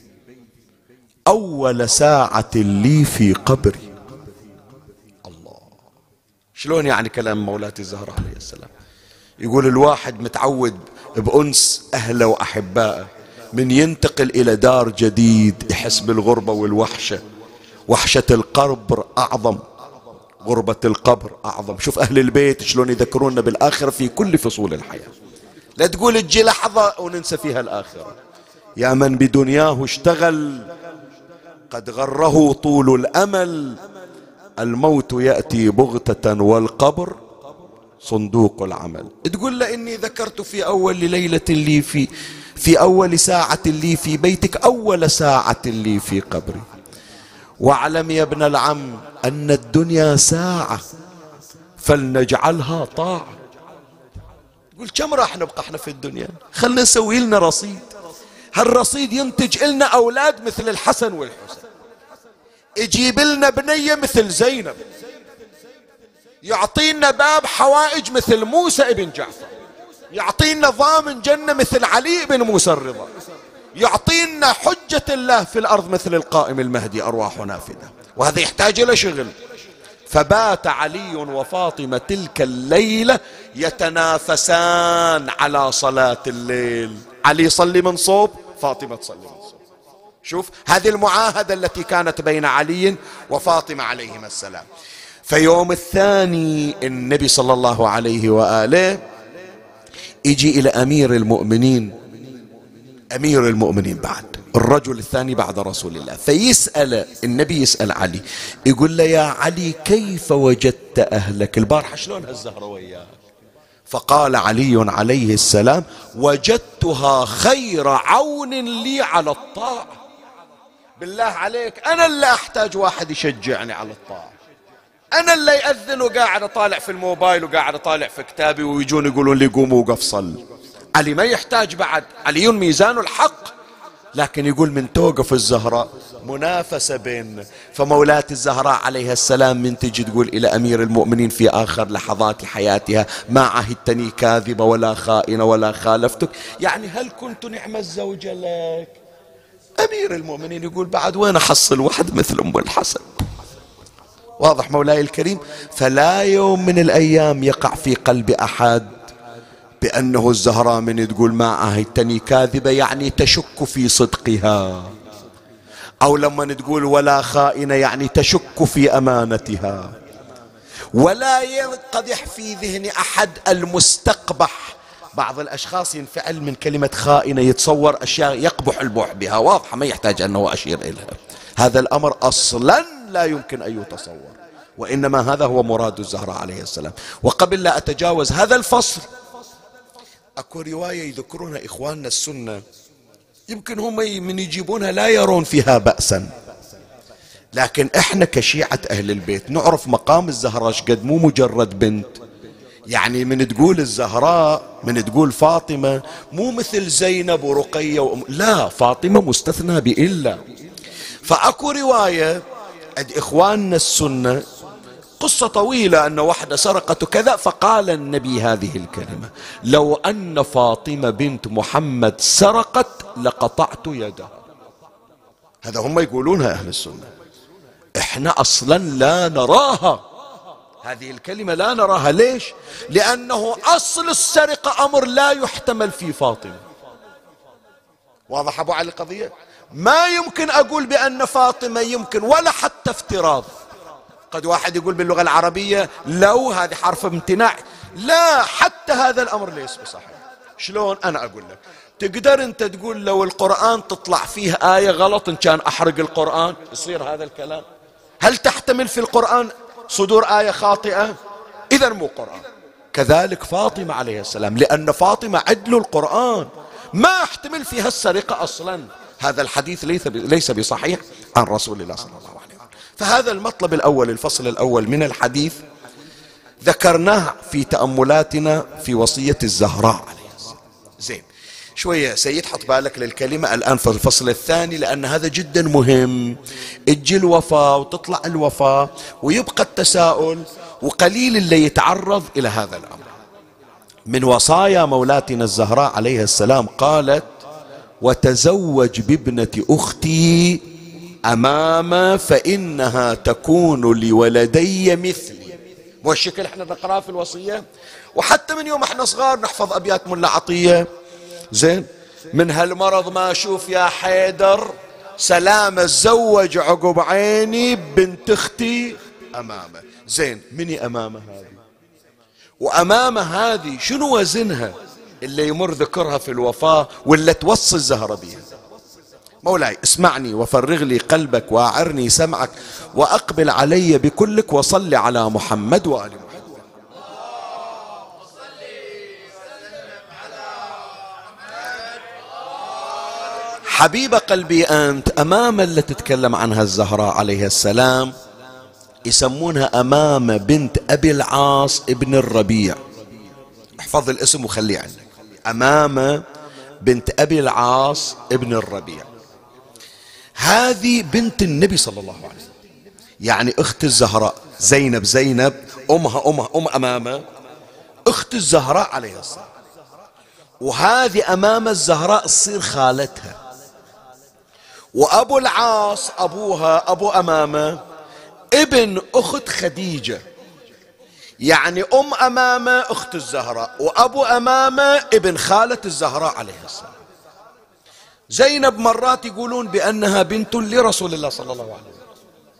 أول ساعة لي في قبري. الله، شلون يعني كلام مولاتي الزهراء عليه السلام؟ يقول الواحد متعود بأنس أهله وأحبائه، من ينتقل إلى دار جديد يحس بالغربة والوحشة، وحشة القبر أعظم، غربة القبر أعظم. شوف أهل البيت شلون يذكرونا بالآخرة في كل فصول الحياة. لا تقول تجي لحظة وننسى فيها الآخرة. يا من بدنياه اشتغل قد غره طول الأمل، الموت يأتي بغتة والقبر صندوق العمل. تقول له إني ذكرت في أول ليلة لي في أول ساعة لي في بيتك أول ساعة لي في قبري، واعلم يا ابن العم أن الدنيا ساعة فلنجعلها طاعة. تقول كم راح نبقى احنا في الدنيا؟ خلنا نسوي لنا رصيد، هالرصيد ينتج لنا أولاد مثل الحسن والحسين، يجيب لنا بنية مثل زينب، يعطينا باب حوائج مثل موسى ابن جعفر، يعطينا ضامن جنة مثل علي بن موسى الرضا، يعطينا حجة الله في الأرض مثل القائم المهدي أرواح نافذة، وهذا يحتاج إلى شغل. فبات علي وفاطمة تلك الليلة يتنافسان على صلاة الليل، علي يصلي من صوب، فاطمة تصلي من صوب. شوف هذه المعاهدة التي كانت بين علي وفاطمة عليهما السلام. فيوم الثاني النبي صلى الله عليه وآله يجي إلى أمير المؤمنين، أمير المؤمنين بعد الرجل الثاني بعد رسول الله، فيسأل النبي، يسأل علي، يقول له يا علي كيف وجدت أهلك البارحة، شلون هالزهرة وياك؟ فقال علي عليه السلام وجدتها خير عون لي على الطاعة. بالله عليك أنا اللي أحتاج واحد يشجعني على الطاعة، أنا اللي يأذن وقاعد أطالع في الموبايل وقاعد أطالع في كتابي ويجون يقولون لي قوم وقف صل. علي ما يحتاج بعد، علي ميزان الحق، لكن يقول من توقف الزهراء منافسة بين. فمولات الزهراء عليها السلام من تجي تقول إلى أمير المؤمنين في آخر لحظات حياتها ما عهدتني كاذبة ولا خائنة ولا خالفتك، يعني هل كنت نعم الزوجة لك؟ أمير المؤمنين يقول بعد وين أحصل واحد مثل أم الحسن؟ واضح مولاي الكريم؟ فلا يوم من الأيام يقع في قلب أحد بأنه الزهراء من تقول ما عهدتني كاذبة يعني تشك في صدقها، أو لما تقول ولا خائنة يعني تشك في أمانتها. ولا ينقدح في ذهن أحد المستقبح. بعض الأشخاص ينفعل من كلمة خائنة يتصور أشياء يقبح البوح بها، واضحة ما يحتاج أنه أشير إليها. هذا الأمر أصلا لا يمكن أن يتصور، وإنما هذا هو مراد الزهراء عليه السلام. وقبل لا أتجاوز هذا الفصل، أكو رواية يذكرونها إخواننا السنة، يمكن هم من يجيبونها لا يرون فيها بأسا، لكن إحنا كشيعة أهل البيت نعرف مقام الزهراء شقد، مو مجرد بنت. يعني من تقول الزهراء، من تقول فاطمة، مو مثل زينب ورقية لا، فاطمة مستثنى بإلا. فأكو رواية عند إخواننا السنة قصة طويلة أن واحدة سرقت كذا، فقال النبي هذه الكلمة: لو أن فاطمة بنت محمد سرقت لقطعت يدها. هذا هم يقولونها أهل السنة، إحنا أصلا لا نراها هذه الكلمة، لا نراها. ليش؟ لأنه أصل السرقة أمر لا يحتمل في فاطمة. واضح أبو علي القضية؟ ما يمكن أقول بأن فاطمة يمكن، ولا حتى افتراض. قد واحد يقول باللغة العربية لو، هذه حرف امتناع، لا، حتى هذا الأمر ليس بصحيح. شلون؟ أنا أقول لك، تقدر أنت تقول لو القرآن تطلع فيه آية غلط إن كان أحرق القرآن، يصير هذا الكلام؟ هل تحتمل في القرآن صدور آية خاطئة؟ إذا مو قرآن. كذلك فاطمة عليه السلام، لأن فاطمة عدل القرآن، ما احتمل فيها السرقة أصلا. هذا الحديث ليس بصحيح عن رسول الله صلى الله عليه وسلم. فهذا المطلب الأول، الفصل الأول من الحديث ذكرناه في تأملاتنا في وصية الزهراء عليه السلام. زين، شوية سيد حط بالك للكلمة الآن في الفصل الثاني، لأن هذا جدا مهم. تجي الوفاة وتطلع الوفاة ويبقى التساؤل، وقليل اللي يتعرض إلى هذا الأمر. من وصايا مولاتنا الزهراء عليه السلام قالت: وتزوج بابنة أختي أمامة فإنها تكون لولدي مثلي. والشكل احنا نقرأه في الوصية، وحتى من يوم احنا صغار نحفظ أبيات ملا عطية. زين، من هالمرض ما أشوف يا حيدر سلامة، تزوج عقب عيني بنت أختي أمامة. زين، مني أمامة هذه؟ وأمامة هذه شنو وزنها اللي يمر ذكرها في الوفاة ولا توصي الزهرة بها؟ مولاي اسمعني وفرغ لي قلبك واعرني سمعك وأقبل علي بكلك وصل على محمد وآل محمد. حبيب قلبي أنت، أمام اللي تتكلم عنها الزهراء عليه السلام يسمونها أمامة بنت أبي العاص ابن الربيع. احفظ الاسم وخليه عندك، أمامة بنت أبي العاص ابن الربيع. هذه بنت النبي صلى الله عليه وسلم، يعني أخت الزهراء زينب أم أمامة أخت الزهراء عليها السلام، وهذه أمامة الزهراء تصير خالتها، وأبو العاص أبوها أبو أمامة ابن أخت خديجة، يعني أم أمامة أخت الزهراء وأبو أمامة ابن خالة الزهراء عليها السلام. زينب مرات يقولون بأنها بنت لرسول الله صلى الله عليه وسلم،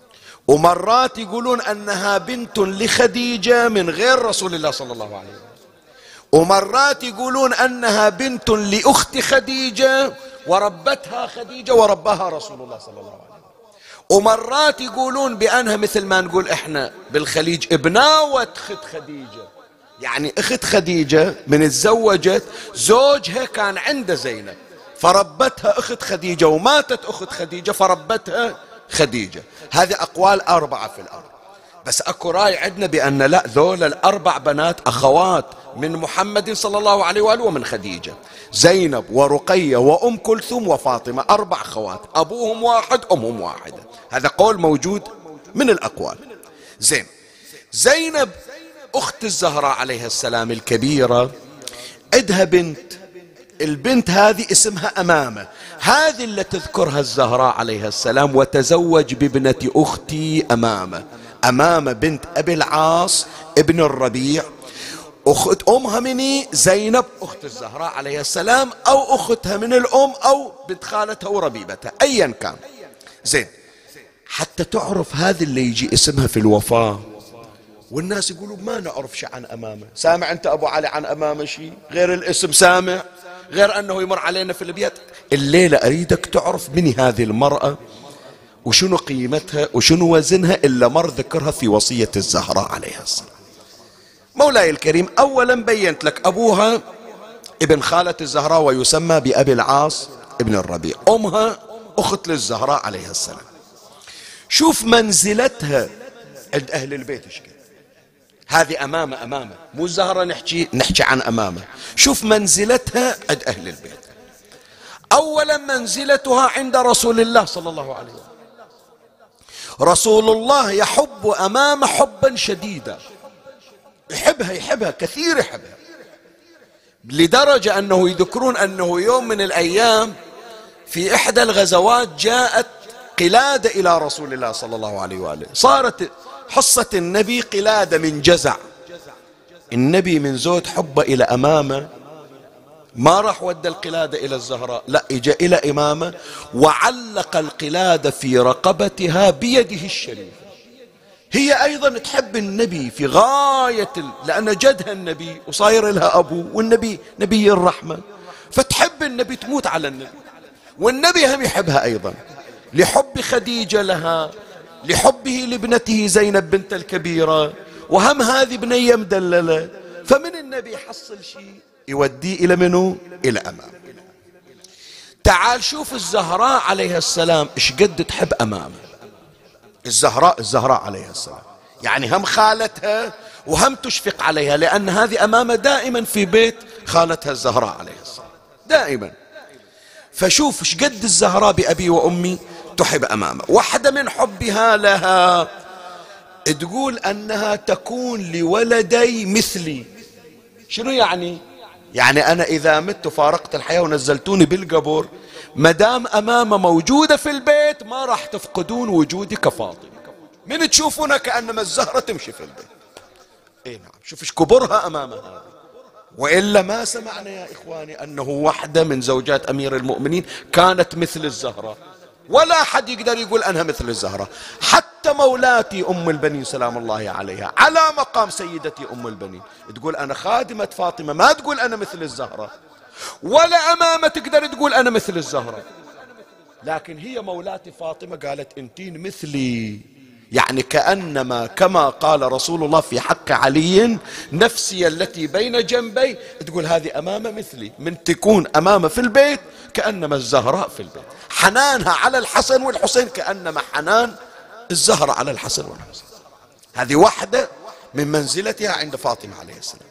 ومرات يقولون أنها بنت لخديجة من غير رسول الله صلى الله عليه وسلم، ومرات يقولون أنها بنت لأخت خديجة وربتها خديجة ورباها رسول الله صلى الله عليه وسلم، ومرات يقولون بأنها مثل ما نقول إحنا بالخليج ابناوة أخت خديجة، يعني أخت خديجة من تزوجت زوجها كان عند زينب فربتها أخت خديجة، وماتت أخت خديجة فربتها خديجة. هذه أقوال 4 في الأرض، بس أكو راي عندنا بأن لا، ذول الأربع بنات أخوات من محمد صلى الله عليه وآله ومن خديجة، زينب ورقية وأم كلثوم وفاطمة، 4 أخوات، أبوهم واحد أمهم واحدة. هذا قول موجود من الأقوال. زين، زينب أخت الزهراء عليها السلام الكبيرة عندها بنت، البنت هذه اسمها أمامة، هذه اللي تذكرها الزهراء عليها السلام وتزوج بابنة أختي أمامة، أمامة بنت أبي العاص ابن الربيع، أخت أمها مني زينب أخت الزهراء عليها السلام، أو أختها من الأم أو بنت خالتها وربيبتها أيا كان. زين، حتى تعرف هذه اللي يجي اسمها في الوفاة والناس يقولوا ما نعرف شيء عن أمامة. سامع أنت أبو علي عن أمامة شيء غير الاسم؟ سامع غير أنه يمر علينا في البيت؟ الليلة أريدك تعرف من هذه المرأة وشنو قيمتها وشنو وزنها إلا مر ذكرها في وصية الزهراء عليها السلام. مولاي الكريم، أولا بينت لك أبوها ابن خالة الزهراء ويسمى بأبي العاص ابن الربيع، أمها أخت للزهراء عليها السلام. شوف منزلتها عند أهل البيت إيش كده. هذه أمامة مو الزهراء، نحكي عن أمامة. شوف منزلتها عند أهل البيت. أولا منزلتها عند رسول الله صلى الله عليه وسلم. رسول الله يحب أمامة حبا شديدا، يحبها كثير، يحبها لدرجة أنه يذكرون أنه يوم من الأيام في إحدى الغزوات جاءت قلادة إلى رسول الله صلى الله عليه وآله، صارت حصة النبي قلادة من جزع. النبي من زود حبه إلى أمامة ما راح ودى القلادة إلى الزهراء، لا، إجا إلى أمامة وعلق القلادة في رقبتها بيده الشريفة. هي أيضا تحب النبي في غاية لأن جدها النبي وصاير لها أبو، والنبي نبي الرحمة، فتحب النبي، تموت على النبي، والنبي هم يحبها أيضا لحب خديجة لها، لحبه لابنته زينب بنت الكبيرة، وهم هذه بنية مدللة، فمن النبي يحصل شيء يوديه إلى منو؟ إلى أمام. تعال شوف الزهراء عليها السلام إيش قد تحب أمامه. الزهراء عليها السلام يعني هم خالتها وهم تشفق عليها، لأن هذه أمامة دائما في بيت خالتها الزهراء عليها السلام دائما. فشوف ايش قد الزهراء بأبي وأمي تحب أمامة. واحدة من حبها لها تقول أنها تكون لولدي مثلي. شنو يعني؟ يعني أنا إذا مت فارقت الحياة ونزلتوني بالقبر، مدام أمامة موجودة في البيت ما راح تفقدون وجودي كفاطمة، من تشوفونها كأنما الزهرة تمشي في البيت. اي نعم، شوف ايش كبرها أمامة هذه. وإلا ما سمعنا يا إخواني أنه واحدة من زوجات أمير المؤمنين كانت مثل الزهرة، ولا أحد يقدر يقول أنها مثل الزهرة. حتى مولاتي أم البنين سلام الله عليها على مقام سيدتي أم البنين تقول أنا خادمة فاطمة، ما تقول أنا مثل الزهرة، ولا أمامة تقدر تقول أنا مثل الزهرة، لكن هي مولاتي فاطمة قالت أنتين مثلي، يعني كأنما كما قال رسول الله في حق علي نفسي التي بين جنبي، تقول هذه أمامة مثلي، من تكون أمامة في البيت كأنما الزهراء في البيت، حنانها على الحسن والحسين كأنما حنان الزهرة على الحسن والحسين. هذه واحدة من منزلتها عند فاطمة عليه السلام.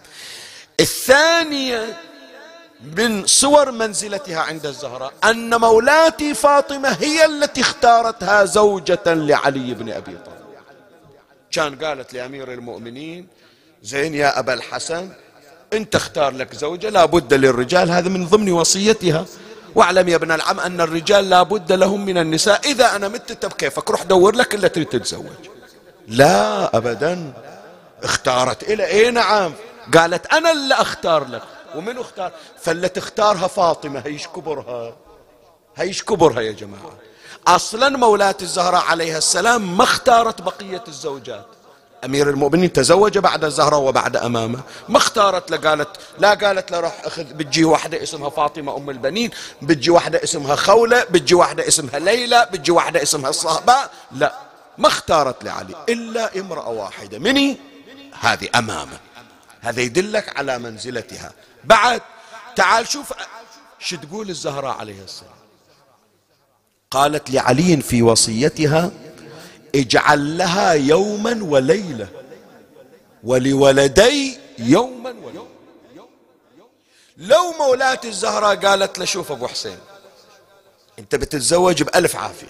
الثانية من صور منزلتها عند الزهراء أن مولاتي فاطمة هي التي اختارتها زوجة لعلي بن أبي طالب. كان قالت لأمير المؤمنين زين يا أبا الحسن أنت اختار لك زوجة لا بد للرجال، هذا من ضمن وصيتها، واعلم يا ابن العم أن الرجال لا بد لهم من النساء، إذا أنا مت طب كيفك روح دور لك إلا تريد تتزوج. لا أبدا، اختارت إلى إيه نعم، قالت أنا اللي أختار لك. ومن اختار؟ فاللي تختارها فاطمة، هيش كبرها يا جماعة. أصلا مولاة الزهراء عليها السلام ما اختارت بقية الزوجات، أمير المؤمنين تزوج بعد الزهراء وبعد أمامه، ما اختارت، لا قالت له روح أخذ، بتجي واحدة اسمها فاطمة أم البنين، بتجي واحدة اسمها خولة، بتجي واحدة اسمها ليلى، بتجي واحدة اسمها الصهباء، لا ما اختارت لعلي إلا امرأة واحدة، مني؟ هذه أمامه. هذا يدلك على منزلتها. بعد تعال شوف شو تقول الزهراء عليها السلام. قالت لعلي في وصيتها اجعل لها يوما وليلة ولولدي يوما وليلة. لو مولاة الزهراء قالت له شوف أبو حسين أنت بتتزوج بألف عافية،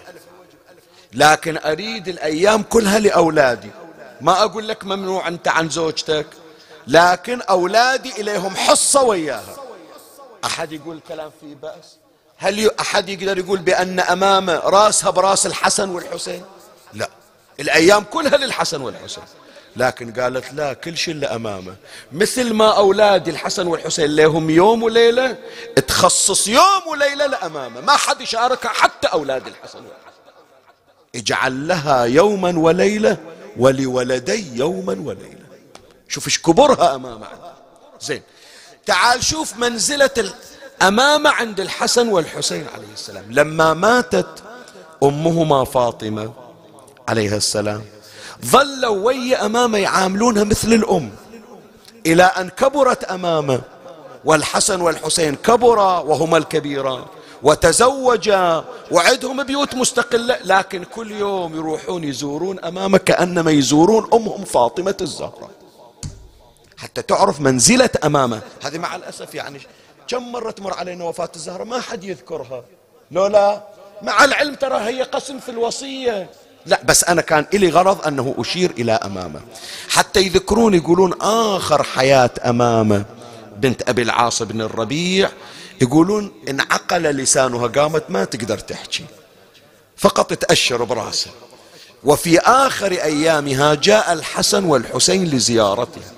لكن أريد الأيام كلها لأولادي، ما أقول لك ممنوع أنت عن زوجتك، لكن أولادي إليهم حصة وياها. أحد يقول كلام فيه بأس؟ هل أحد يقدر يقول بأن أمامه راسها براس الحسن والحسين؟ لا، الأيام كلها للحسن والحسين، لكن قالت لا، كل شيء اللي أمامه، مثل ما أولاد الحسن والحسين لهم يوم وليلة، تخصص يوم وليلة لأمامه، ما حد يشاركها حتى أولاد الحسن والحسين. اجعل لها يوما وليلة ولولدي يوما وليلة. شوف ايش كبرها أمامه. زين، تعال شوف منزلة أمامه عند الحسن والحسين عليه السلام. لما ماتت أمهما فاطمة عليها السلام ظلوا ويا أمامه يعاملونها مثل الأم، إلى أن كبرت أمامه، والحسن والحسين كبرا وهما الكبيران وتزوجا وعندهم بيوت مستقلة، لكن كل يوم يروحون يزورون أمامه كأنما يزورون أمهم فاطمة الزهراء، حتى تعرف منزلة أمامه. هذه مع الأسف يعني كم مرة تمر علينا وفاة الزهراء ما حد يذكرها، لا مع العلم ترى هي قسم في الوصية، لا بس أنا كان إلي غرض أنه أشير إلى أمامه حتى يذكرون، يقولون آخر حياة أمامه بنت أبي العاص بن الربيع، يقولون انعقل لسانها، قامت ما تقدر تحكي، فقط تأشر براسها. وفي آخر أيامها جاء الحسن والحسين لزيارتها،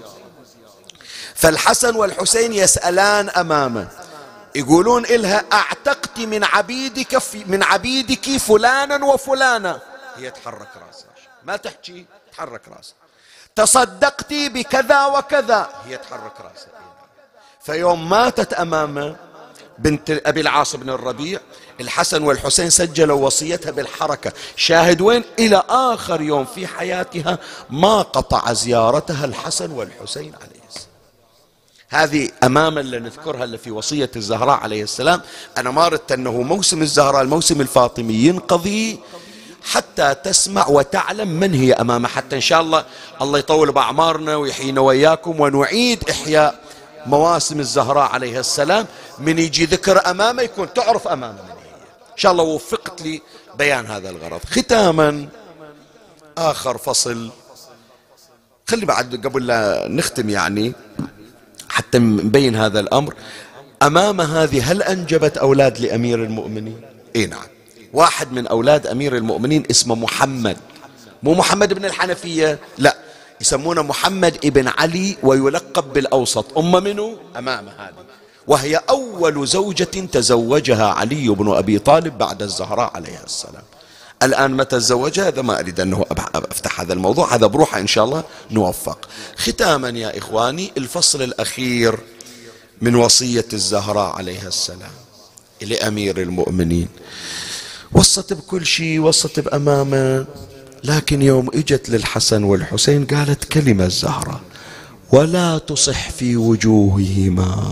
فالحسن والحسين يسألان أمامه، يقولون إلها أعتقت من عبيدك فلانا وفلانا، هي تحرك راسها ما تحكي، تحرك راسها. تصدقتي بكذا وكذا، هي تحرك راسها. فيوم ماتت أمامه بنت أبي العاص بن الربيع، الحسن والحسين سجلوا وصيتها بالحركة، شاهد وين؟ إلى آخر يوم في حياتها ما قطع زيارتها الحسن والحسين عليه السلام. هذه أمامة اللي نذكرها اللي في وصية الزهراء عليه السلام. أنا ما ردت أنه موسم الزهراء الموسم الفاطمي ينقضي حتى تسمع وتعلم من هي أمامة، حتى إن شاء الله الله يطول بأعمارنا ويحيينا وياكم ونعيد إحياء مواسم الزهراء عليها السلام، من يجي ذكر أمامه يكون تعرف أمامه من هي. إن شاء الله وفقت لي بيان هذا الغرض. ختاما آخر فصل، خلي بعد قبل لا نختم يعني حتى نبين هذا الأمر. أمامه هذه هل أنجبت أولاد لأمير المؤمنين؟ إيه نعم، واحد من أولاد أمير المؤمنين اسمه محمد، مو محمد بن الحنفية، لا، يسمونه محمد ابن علي ويلقب بالأوسط. منه أمامه هذه، وهي أول زوجة تزوجها علي بن أبي طالب بعد الزهراء عليها السلام. الآن متى تزوجها هذا ما أريد أنه أفتح هذا الموضوع، هذا بروحه إن شاء الله نوفق. ختاما يا إخواني، الفصل الأخير من وصية الزهراء عليها السلام لأمير المؤمنين، وصت بكل شيء، وصت بأمامه، لكن يوم اجت للحسن والحسين قالت كلمة الزهراء: ولا تصح في وجوههما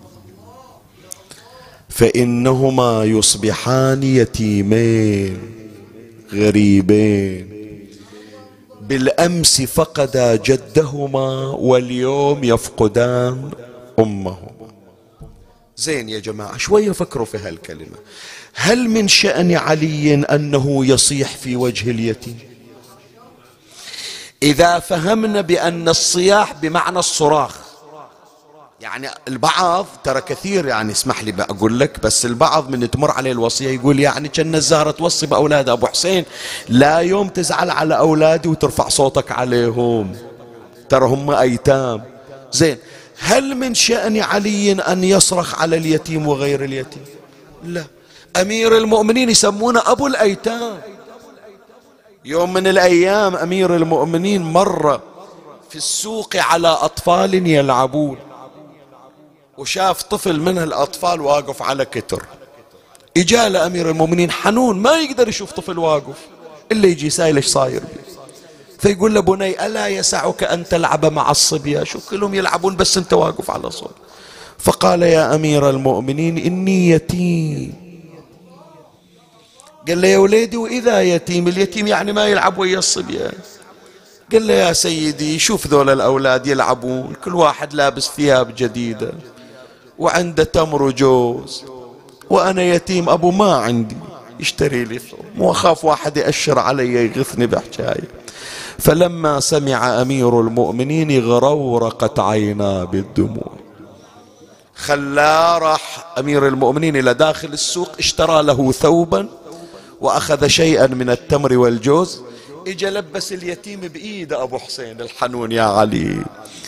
فإنهما يصبحان يتيمين غريبين، بالأمس فقدا جدهما واليوم يفقدان أمهما. زين يا جماعة، شوية فكروا في هالكلمة. هل من شأن علي أنه يصيح في وجه اليتيم؟ إذا فهمنا بأن الصياح بمعنى الصراخ، يعني البعض ترى كثير، يعني اسمح لي بقول لك، بس البعض من تمر عليه الوصية يقول يعني كأن الزهرة توصي بأولاد أبو حسين لا يوم تزعل على أولادي وترفع صوتك عليهم، ترى هم أيتام. زين، هل من شأن علي أن يصرخ على اليتيم وغير اليتيم؟ لا، أمير المؤمنين يسمونه أبو الأيتام. يوم من الأيام أمير المؤمنين مر في السوق على أطفال يلعبون، وشاف طفل من الأطفال واقف على كتر. إجا لأمير المؤمنين حنون، ما يقدر يشوف طفل واقف إلا يجي سائل إيش صاير بي، فيقول له بني ألا يسعك أن تلعب مع الصبية، شو كلهم يلعبون بس أنت واقف على صوت. فقال يا أمير المؤمنين إني يتيم. قال له يا وليدي وإذا يتيم، اليتيم يعني ما يلعب ويا الصبية. قال له يا سيدي شوف ذول الأولاد يلعبون، كل واحد لابس ثياب جديدة وعنده تمر وجوز، وأنا يتيم أبو ما عندي يشتري لي ثوب، مو أخاف واحد يأشر علي يغثني بحجاية. فلما سمع أمير المؤمنين غرورقت عينا بالدموع، خلاه راح أمير المؤمنين إلى داخل السوق، اشترى له ثوبا وأخذ شيئا من التمر والجوز، إجا لبس اليتيم بإيد أبو حسين الحنون يا علي.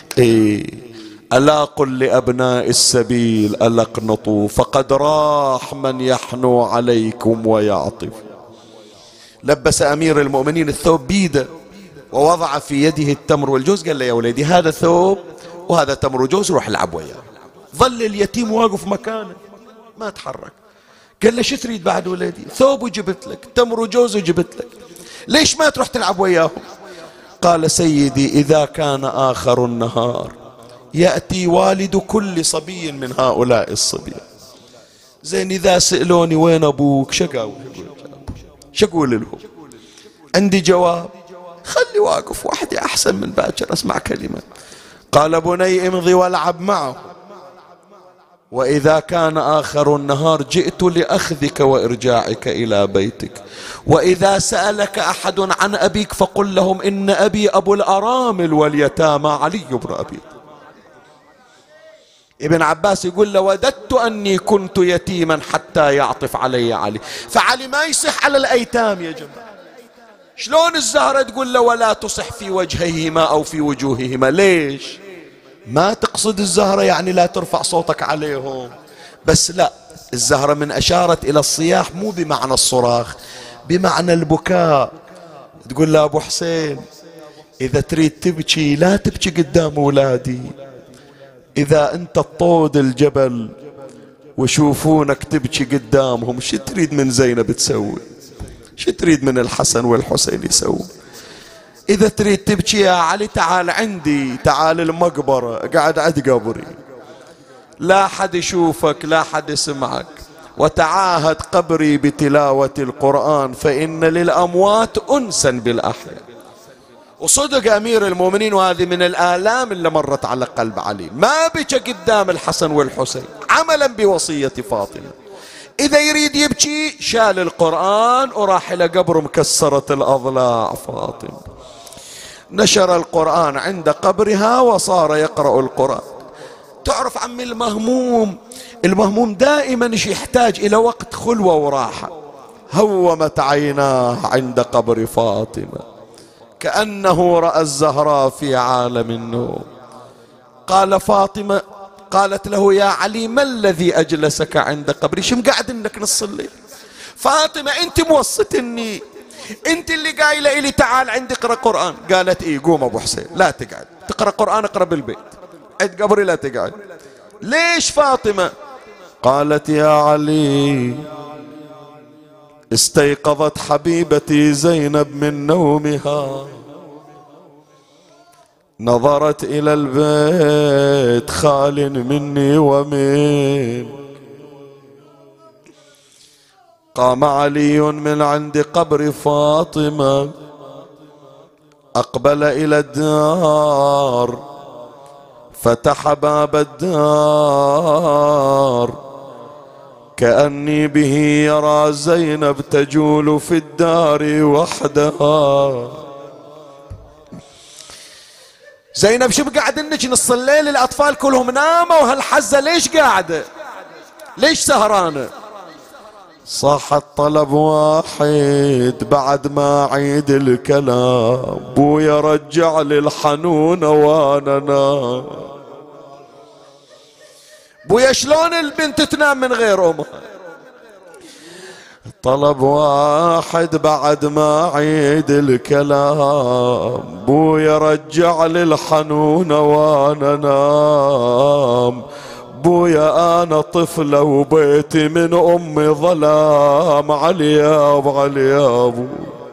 ألا قل لأبناء السبيل ألا اقنطوا فقد راح من يحنو عليكم ويعطف. لبس أمير المؤمنين الثوب بيده ووضع في يده التمر والجوز، قال له يا وليدي هذا ثوب وهذا تمر وجوز، روح العب وياه. ظل اليتيم واقف مكانه ما تحرك. قال له شو تريد بعد ولدي؟ ثوب وجبت لك، تمر وجوز وجبت لك، ليش ما تروح تلعب وياهم؟ قال سيدي إذا كان آخر النهار يأتي والد كل صبي من هؤلاء الصبيان، زين إذا سألوني وين أبوك شو أقول لهم؟ عندي جواب؟ خلي واقف وحدي أحسن من باكر أسمع كلمة. قال بني امضي والعب معه، وإذا كان آخر النهار جئت لأخذك وإرجاعك إلى بيتك، وإذا سألك أحد عن أبيك فقل لهم إن أبي أبو الأرامل واليتامى علي بن أبي. ابن عباس يقول له وددت أني كنت يتيما حتى يعطف علي علي. فعلي ما يصح على الأيتام يا جماعة. شلون الزهرة تقول له ولا تصح في وجهيهما أو في وجوههما؟ ليش؟ ما تقصد الزهرة يعني لا ترفع صوتك عليهم، بس لا، الزهرة من أشارت إلى الصياح مو بمعنى الصراخ، بمعنى البكاء. تقول له أبو حسين إذا تريد تبكي لا تبكي قدام أولادي، إذا أنت تطود الجبل وشوفونك تبكي قدامهم شو تريد من زينب تسوي؟ شو تريد من الحسن والحسين يسوي؟ إذا تريد تبكي يا علي تعال عندي، تعال المقبرة قاعد عند قبري، لا حد يشوفك لا حد يسمعك، وتعاهد قبري بتلاوة القرآن فإن للأموات أنسا بالأحياء. وصدق أمير المؤمنين، وهذه من الآلام اللي مرت على قلب علي، ما بكى قدام الحسن والحسين عملا بوصية فاطمة. إذا يريد يبكي شال القرآن وراح إلى قبر مكسرة الأضلاع فاطمة، نشر القرآن عند قبرها وصار يقرأ القرآن. تعرف عمي المهموم دائما يحتاج إلى وقت خلوة وراحة. هومت عيناه عند قبر فاطمة كأنه رأى الزهراء في عالم النوم. قال فاطمة قالت له يا علي ما الذي أجلسك عند قبري؟ شو مقعد انك نص الليل؟ فاطمة انت موسطني، انت اللي قايله الي تعال عندي اقرا قرآن. قالت ايه قوم ابو حسين لا تقعد تقرا قرآن، اقرا بالبيت عند قبري لا تقعد. ليش فاطمة؟ قالت يا علي استيقظت حبيبتي زينب من نومها، نظرت إلى البيت خال مني ومن. قام علي من عند قبر فاطمة أقبل إلى الدار، فتح باب الدار كأني به يرى زينب تجول في الدار وحدها. زينب شو بقعدنك نص الليل الأطفال كلهم ناموا وهالحزة ليش قاعدة؟ ليش سهرانة؟ صاح الطلب واحد بعد ما عيد الكلام، بويا رجع لي الحنونة وانا نام. بويا شلون البنت تنام من غير امها؟ طلب واحد بعد ما عيد الكلام، بويا رجع لي الحنونة وانا نام. بويا انا طفلة وبيتي من امي ظلام، علياب علياب.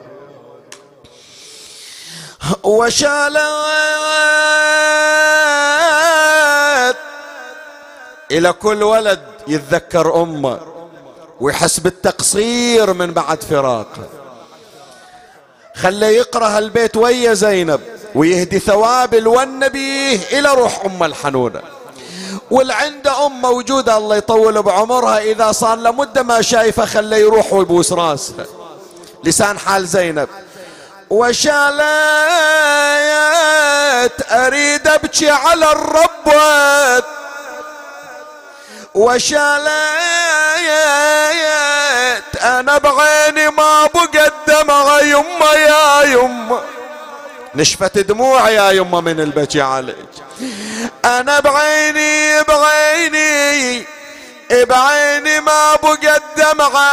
وشالت الى كل ولد يتذكر امه ويحس بالتقصير من بعد فراقه، خليه يقرأ هالبيت ويا زينب ويهدي ثواب الونبي إلى روح أمه الحنونة. والعنده أم موجودة الله يطول بعمرها، إذا صار لمدة ما شايفة خليه يروح ويبوس راسها. لسان حال زينب: وشالت أريد أبكي على الربوت، وشالت أنا بعيني ما بقى الدمع يمه يا يمه، نشفت دموع يا يمه من البكي عليك. أنا بعيني بعيني ما بقى الدمع.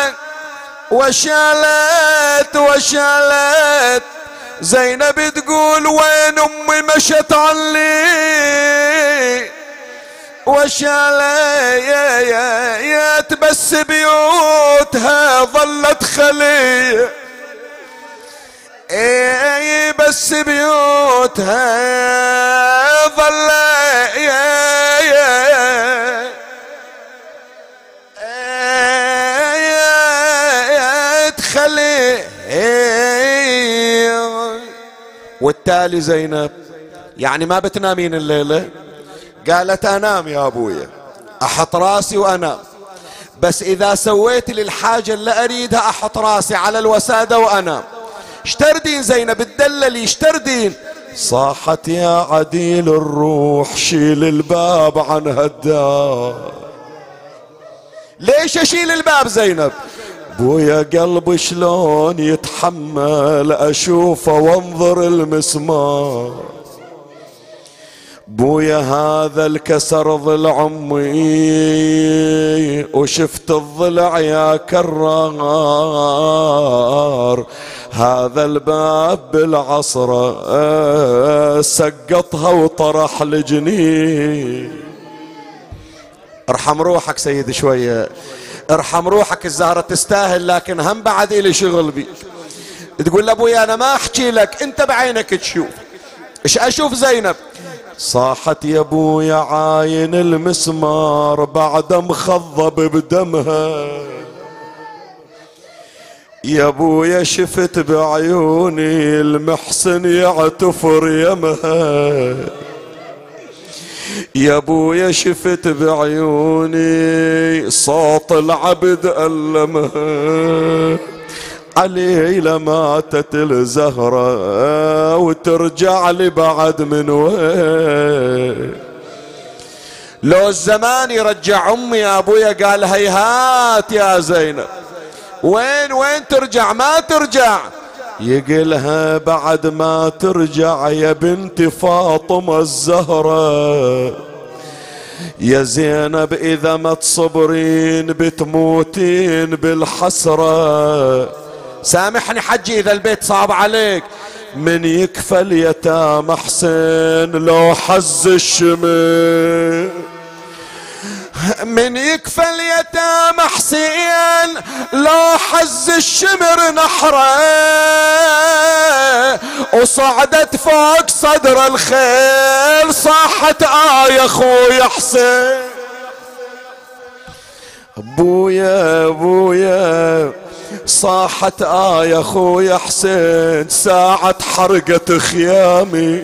وشالت زينب تقول وين أمي مشت عني، وشالت بس بيوتها ظلت خلية، بس بيوتها ظلت خلية. والتالي زينب يعني ما بتنامين الليلة؟ قالت انام يا ابويا، احط راسي وانام، بس اذا سويت لي الحاجة اللي اريدها احط راسي على الوسادة وانام. اشتردين زينب تدللي اشتردين. صاحت يا عديل الروح شيل الباب عن هالدار. ليش اشيل الباب زينب؟ بويا قلبي شلون يتحمل اشوفه وانظر المسمار. بويا هذا الكسر ضلع امي وشفت الضلع يا كرار، هذا الباب بالعصرة سقطها وطرح لجنين. ارحم روحك سيدي شوية، ارحم روحك، الزهرة تستاهل، لكن هم بعد إلي شغل بيك. تقول لابويا انا ما احكي لك، انت بعينك تشوف. ايش اشوف زينب؟ صاحت يا ابويا عاين المسمار بعد مخضب بدمها، يا ابويا شفت بعيوني المحسن يعتفر يمها، يا ابويا شفت بعيوني صوت العبد ألمها. علي لماتت الزهرة وترجع لي بعد من وين؟ لو الزمان يرجع امي يا ابويا قال هيهات يا زينب، وين ترجع؟ ما ترجع. يقلها بعد ما ترجع يا بنت فاطمة الزهرة، يا زينب إذا ما تصبرين بتموتين بالحسرة. سامحني حجي إذا البيت صعب عليك. من يكفى اليتامى حسين لو حز الشمل، من يكفى اليتامى حسين لو حز الشمر نحره، وصعدت فوق صدر الخيل صاحت يا اخويا حسين. ابويا صاحت يا اخويا حسين ساعة حرقت خيامي،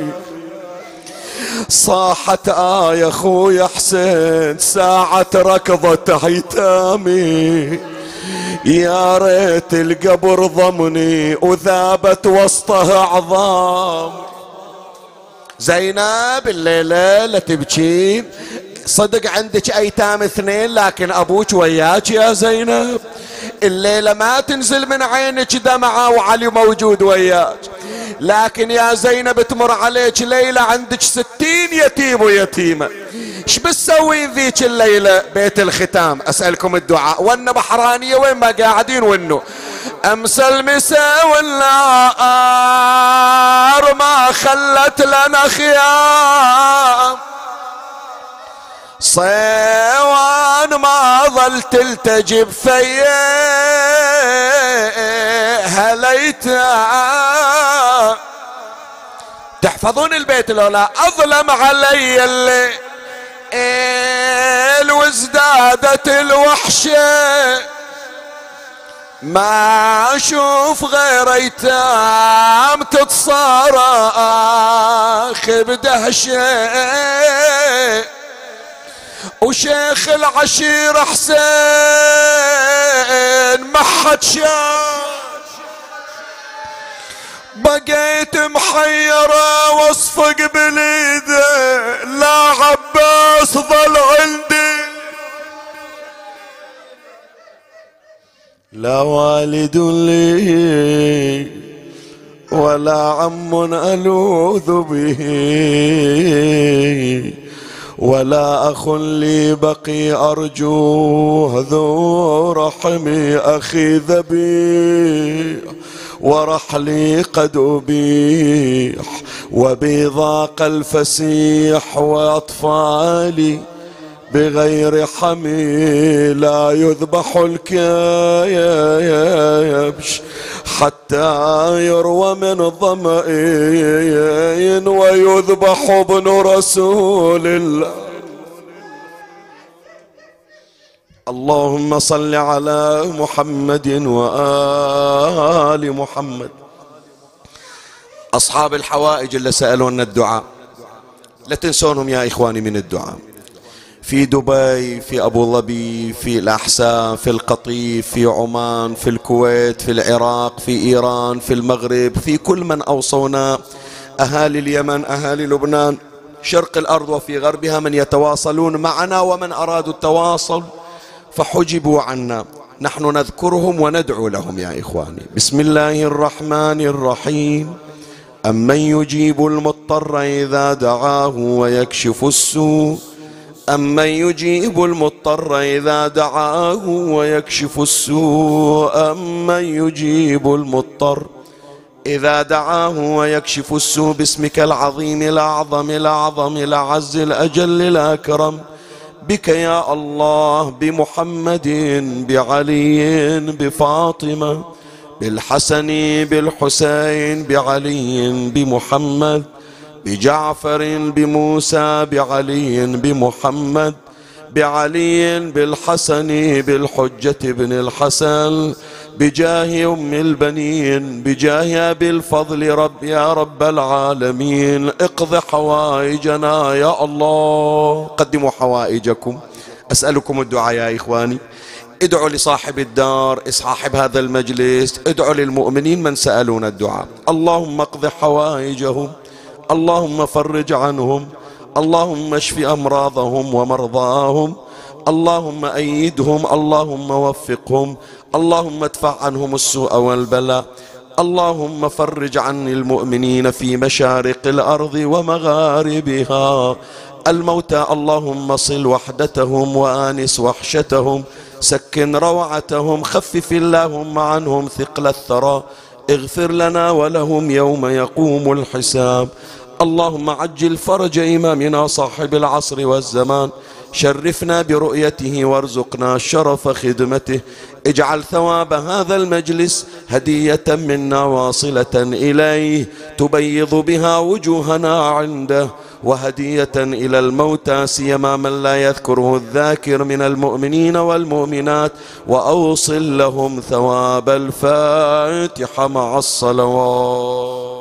صاحت يا اخويا حسين ساعة ركضت ايتامي، يا ريت القبر ضمني وذابت وسطها عظام. زينب الليلة لا تبكين، صدق عندك أيتام اثنين لكن أبوك وياك يا زينب، الليلة ما تنزل من عينك دمعة وعلي موجود وياك، لكن يا زينب تمر عليك ليلة عندك 60 يتيم ويتيمة، ايش بتسوين ذيك الليلة؟ بيت الختام أسألكم الدعاء، وإن بحرانية وين ما قاعدين وإنه أمس المساء والنار ما خلت لنا خيام، صيوان ما ظل تلتجب فيه هليتا. تحفظون البيت لو لا؟ أظلم علي الليل وازدادت الوحشة، ما أشوف غير أيتام تتصارخ بدهشة، وشيخ العشيرة حسين ما حد شاف، بقيت محيرة واصفق باليده، لا عباس ظل عندي، لا والد لي ولا عم ألوذ به، ولا أخ لي بقي أرجوه ذو رحمي، أخي ذبيح ورحلي قد أبيح، وبي ضاق الفسيح، وأطفالي بغير حمي، لا يذبح الكبش حتى يروى من ظمأ، ويذبح ابن رسول الله. اللهم صل على محمد وآل محمد. أصحاب الحوائج اللي سألونا الدعاء لا تنسونهم يا إخواني من الدعاء، في دبي، في أبو ظبي، في الأحساء، في القطيف، في عمان، في الكويت، في العراق، في إيران، في المغرب، في كل من أوصونا، أهالي اليمن، أهالي لبنان، شرق الأرض وفي غربها، من يتواصلون معنا ومن أرادوا التواصل فحجبوا عنا، نحن نذكرهم وندعو لهم يا إخواني. بسم الله الرحمن الرحيم. أمن يجيب المضطر إذا دعاه ويكشف السوء، أمن يجيب المضطر إذا دعاه ويكشف السوء، أمن يجيب المضطر إذا دعاه ويكشف السوء، باسمك العظيم الأعظم الأعظم الأعز الأجل الأكرم، بك يا الله، بمحمد، بعلي، بفاطمة، بالحسن، بالحسين، بعلي، بمحمد، بجعفر، بموسى، بعلي، بمحمد، بعلي، بالحسن، بالحجة بن الحسن، بجاه أم البنين، بجاه أبي الفضل، رب يا رب العالمين، اقض حوائجنا يا الله. قدموا حوائجكم. أسألكم الدعاء يا إخواني، ادعوا لصاحب الدار، صاحب هذا المجلس، ادعوا للمؤمنين من سألون الدعاء. اللهم اقض حوائجهم، اللهم فرج عنهم، اللهم اشف أمراضهم ومرضاهم، اللهم أيدهم، اللهم وفقهم، اللهم ادفع عنهم السوء والبلاء، اللهم فرج عن المؤمنين في مشارق الأرض ومغاربها الموتى، اللهم صل وحدتهم وآنس وحشتهم، سكن روعتهم، خفف اللهم عنهم ثقل الثرى، اغفر لنا ولهم يوم يقوم الحساب. اللهم عجل فرج إمامنا صاحب العصر والزمان، شرفنا برؤيته وارزقنا شرف خدمته، اجعل ثواب هذا المجلس هدية منا واصلة إليه تبيض بها وجوهنا عنده، وهدية إلى الموتى سيما من لا يذكره الذاكر من المؤمنين والمؤمنات، وأوصل لهم ثواب الفاتحة مع الصلوات.